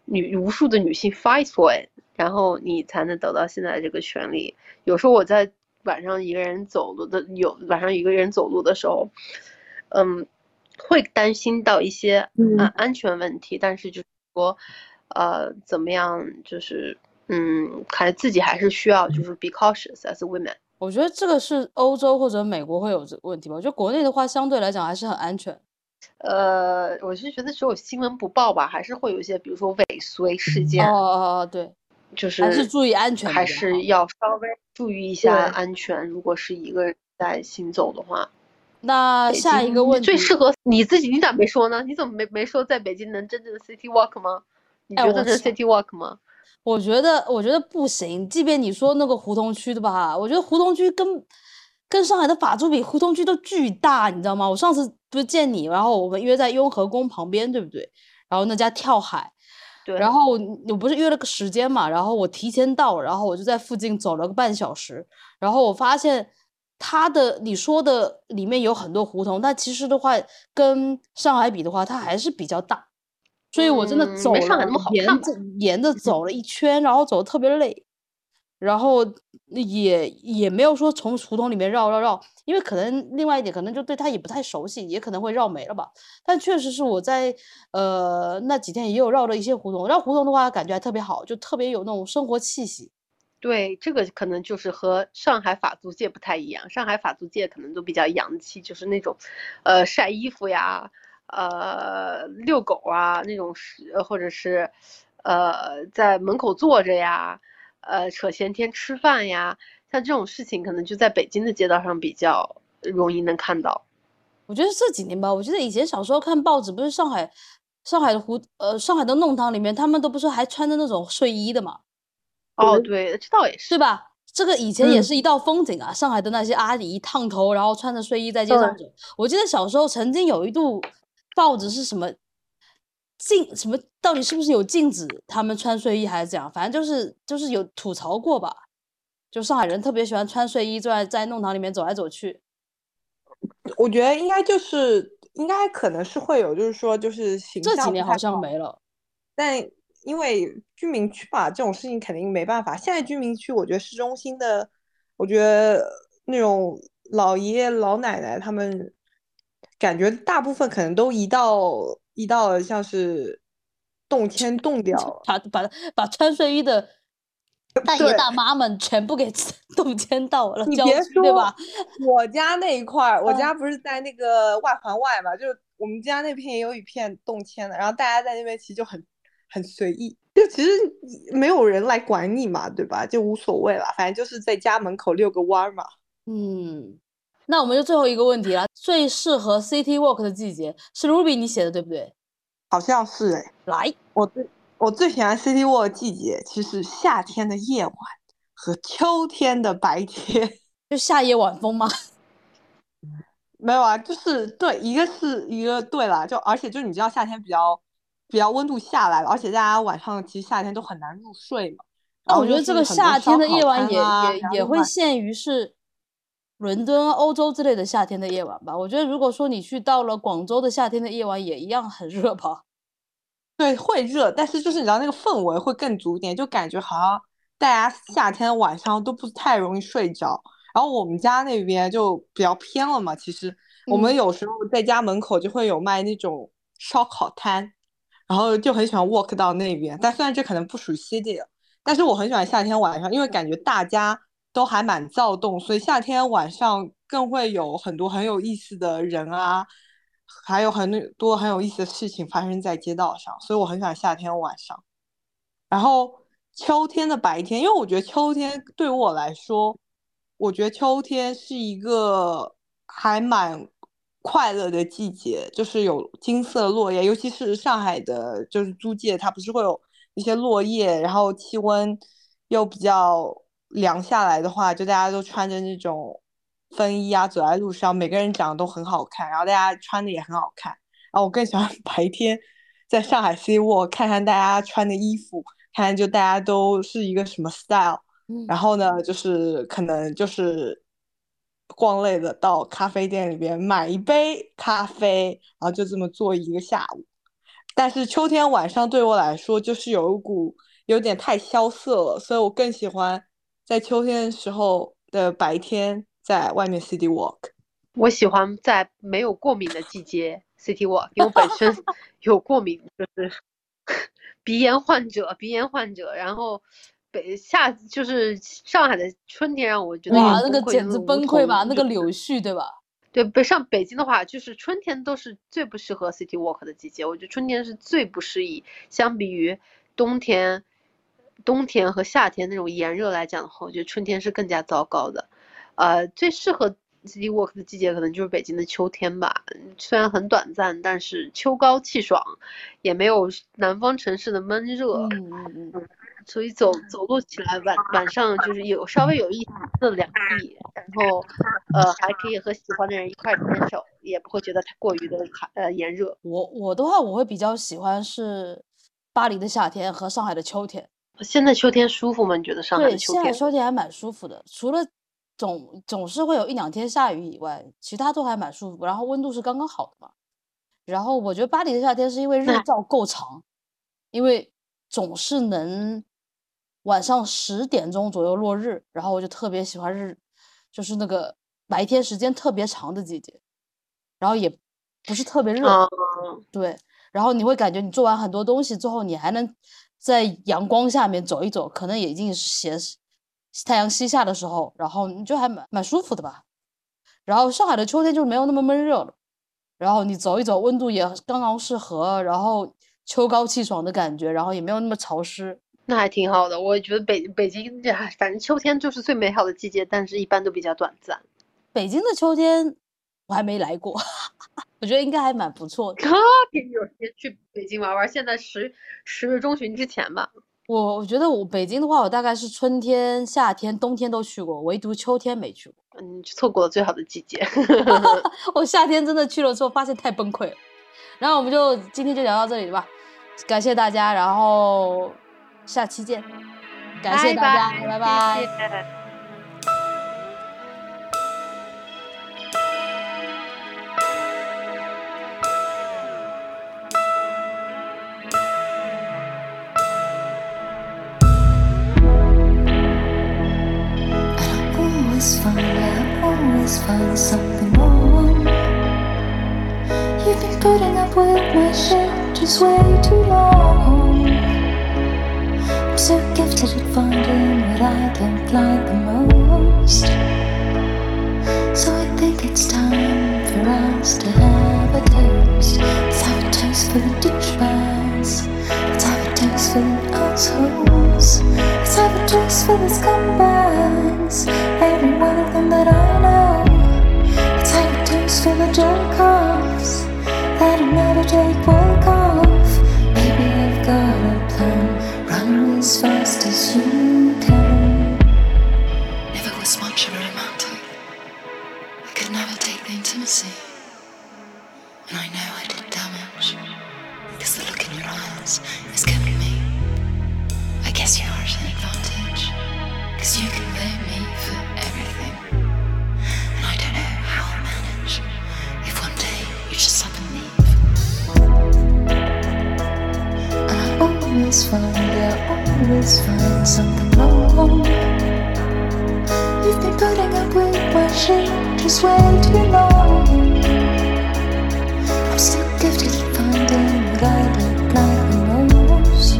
女无数的女性 fight for it，然后你才能得到现在这个权利。有时候我在晚上一个人走路的，有晚上一个人走路的时候，嗯，会担心到一些安安全问题，但是就是说，呃，怎么样，就是嗯，还自己还是需要就是 be cautious as a women。 我觉得这个是欧洲或者美国会有这个问题吧。我觉得国内的话，相对来讲还是很安全。 呃，我是觉得只有新闻不报吧，还是会有一些，比如说尾随事件。 哦哦哦，对， 就是还是注意安全比较好， 还是要稍微注意一下安全。如果是一个人在行走的话， 那下一个问题最适合你自己，你咋没说呢？你怎么没没说在北京能真正的 city walk 吗？你觉得能 city walk 吗？ 我觉得我觉得不行。即便你说那个胡同区的吧，我觉得胡同区跟跟上海的法租比，胡同区都巨大，你知道吗？我上次不是见你，然后我们约在雍和宫旁边，对不对？然后那家跳海， 对。 然后我不是约了个时间嘛，然后我提前到，然后我就在附近走了个半小时，然后我发现它的你说的里面有很多胡同，但其实的话跟上海比的话，它还是比较大。所以我真的走了， 没上海那么好看吧， 沿着沿着走了一圈，然后走得特别累，然后也也没有说从胡同里面绕绕绕，因为可能另外一点，可能就对它也不太熟悉，也可能会绕没了吧。但确实是我在呃那几天也有绕了一些胡同，绕胡同的话感觉还特别好，就特别有那种生活气息。 对，这个可能就是和上海法租界不太一样，上海法租界可能都比较洋气，就是那种，呃，晒衣服呀。呃，遛狗啊，那种是，或者是，呃，在门口坐着呀，呃，扯闲天吃饭呀，像这种事情，可能就在北京的街道上比较容易能看到。 我觉得这几年吧，我记得以前小时候看报纸，不是上海，上海的胡，呃，上海的弄堂里面，他们都不是还穿着那种睡衣的嘛？ 哦，对，这倒也是， 对吧？这个以前也是一道风景啊，嗯、上海的那些阿姨烫头，然后穿着睡衣在街上走。我记得小时候曾经有一度报纸是什么禁什么，到底是不是有禁止他们穿睡衣还是怎样？反正就是就是有吐槽过吧。就上海人特别喜欢穿睡衣，在在弄堂里面走来走去。 我觉得应该就是应该可能是会有，就是说就是形象这几年好像没了。 但因为居民区吧，这种事情肯定没办法。现在居民区，我觉得市中心的，我觉得那种老爷爷老奶奶他们，感觉大部分可能都移到移到了像是动迁动掉了， 把把把穿睡衣的大爷大妈们全部给动迁到了郊区，对吧？ 我家那一块儿，我家不是在那个外环外嘛，就是我们家那片也有一片动迁的，然后大家在那边其实就很很随意，就其实没有人来管你嘛，对吧？就无所谓了，反正就是在家门口遛个弯嘛。 嗯，那我们就最后一个问题了，最适合 City Walk 的季节是 Ruby 你写的对不对？ 好像是哎、欸。 来， 我最我最喜欢 City Walk 的季节，其实夏天的夜晚和秋天的白天。 就夏夜晚风吗？ 没有啊，就是对，一个是一个对啦，就而且就你知道夏天比较比较温度下来了，而且大家晚上其实夏天都很难入睡嘛。 那我觉得这个夏天的夜晚也也也会限于是伦敦、欧洲之类的夏天的夜晚吧。我觉得如果说你去到了广州的夏天的夜晚，也一样很热吧。 对，会热，但是就是你知道那个氛围会更足一点，就感觉好像大家夏天晚上都不太容易睡着。然后我们家那边就比较偏了嘛，其实我们有时候在家门口就会有卖那种烧烤摊，然后就很喜欢 walk 到那边。但虽然这可能不属于 city 了，但是我很喜欢夏天晚上，因为感觉大家都还蛮躁动，所以夏天晚上更会有很多很有意思的人啊。还有很多很有意思的事情发生在街道上，所以我很喜欢夏天晚上。然后秋天的白天，因为我觉得秋天对于我来说，我觉得秋天是一个还蛮快乐的季节，就是有金色落叶，尤其是上海的，就是租界，它不是会有一些落叶，然后气温又比较凉下来的话，就大家都穿着那种风衣啊，走在路上，每个人长得都很好看，然后大家穿的也很好看。然后我更喜欢白天在上海 C Walk 看看大家穿的衣服，看看就大家都是一个什么 style。然后呢，就是可能就是逛累了，到咖啡店里边买一杯咖啡，然后就这么坐一个下午。 但是秋天晚上对我来说就是有一股有点太萧瑟了，所以我更喜欢在秋天的时候的白天在外面 city walk。 我喜欢在没有过敏的季节 city walk，因为我本身有过敏，就是鼻炎患者，鼻炎患者。然后北夏就是上海的春天让我觉得有哇，那点崩溃， 个简直就是梧崩溃吧， 桐， 那个就是柳絮，对吧？ 对，北上北京的话，就是春天都是最不适合 city walk 的季节。我觉得春天是最不适宜，相比于冬天、冬天和夏天那种炎热来讲的话，我觉得春天是更加糟糕的。呃，最适合 city walk 的季节可能就是北京的秋天吧，虽然很短暂，但是秋高气爽，也没有南方城市的闷热。 嗯嗯嗯。 所以走走路起来晚晚上就是有稍微有一丝的凉意，然后呃还可以和喜欢的人一块牵手，也不会觉得太过于的呃炎热。 我我的话，我会比较喜欢是巴黎的夏天和上海的秋天。 现在秋天舒服吗？你觉得上海对， 的秋现在天？ 秋天还蛮舒服的，除了总总是会有一两天下雨以外，其他都还蛮舒服，然后温度是刚刚好的嘛。然后我觉得巴黎的夏天是因为日那照够长，因为总是能晚上十点钟左右落日，然后我就特别喜欢日，就是那个白天时间特别长的季节，然后也不是特别热， 嗯， 对，然后你会感觉你做完很多东西之后，你还能在阳光下面走一走，可能也已经是斜太阳西下的时候，然后你就还蛮蛮舒服的吧。然后上海的秋天就没有那么闷热了，然后你走一走，温度也刚刚适合，然后秋高气爽的感觉，然后也没有那么潮湿。 那还挺好的。我觉得北北京这反正秋天就是最美好的季节，但是一般都比较短暂。 北京的秋天我还没来过，我觉得应该还蛮不错的。 啊，可以有时间去北京玩玩。现在十十月中旬之前吧。 我我觉得我北京的话，我大概是春天、夏天、冬天都去过，唯独秋天没去过。 嗯，错过了最好的季节。 我夏天真的去了之后，发现太崩溃了。然后我们就今天就聊到这里吧，感谢大家，然后下期见，感谢大家，拜拜。 拜拜。 always find, I always find something wrong. You've been putting up with my shit just way too long. I'm so gifted at finding what I don't like the most. So I think it's time for us to have a toast. Let's have a toast for the douchebags. Let's have a toast for the assholes. Let's have a toast for the scumbags, every one of them that I know. Let's have a toast for the jerk-offs that'll never take work off. Maybe I've got a plan, run as fast as you can. Never was much of a romantic. I could never take the intimacy, and I know I did damage, because the look in your eyes is killing me. I guess you are at an advantage, cause you can blame me for everything. And I don't know how I'll manage if one day you just up and leave. And I always find, I always find something wrong. You've been putting up with my shit just way too long. I'm still gifted at finding what I don't like the most.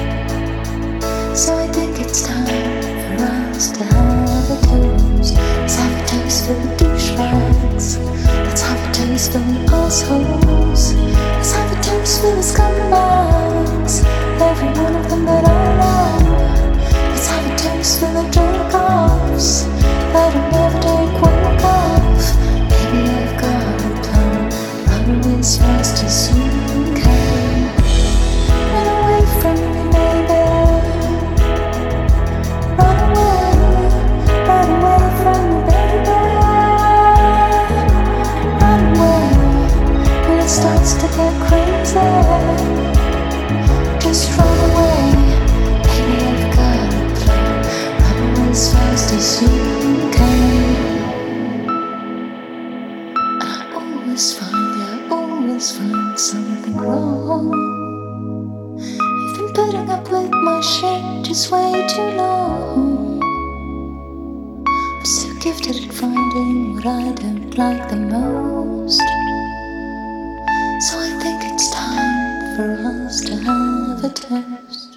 So I think it's time for us to have a toast. Let's have a toast for the douchebags. Let's have a toast for the assholes. Let's have a toast for the scumbags, every one of them that I know. Let's have a toast for the jerk-offs that'll never take work off. Maybe I've got a plan, run as fast as you can. Run away from me, baby. Run away, run away from me, baby. Run away, when it starts to get crazy. Just run away, baby, I've got a plan. Run as fast as you can. And I always find, yeah, I always find something wrong. putting up with my shit just way too long. I'm so gifted at finding what I don't like the most. So I think it's time for us to have a test.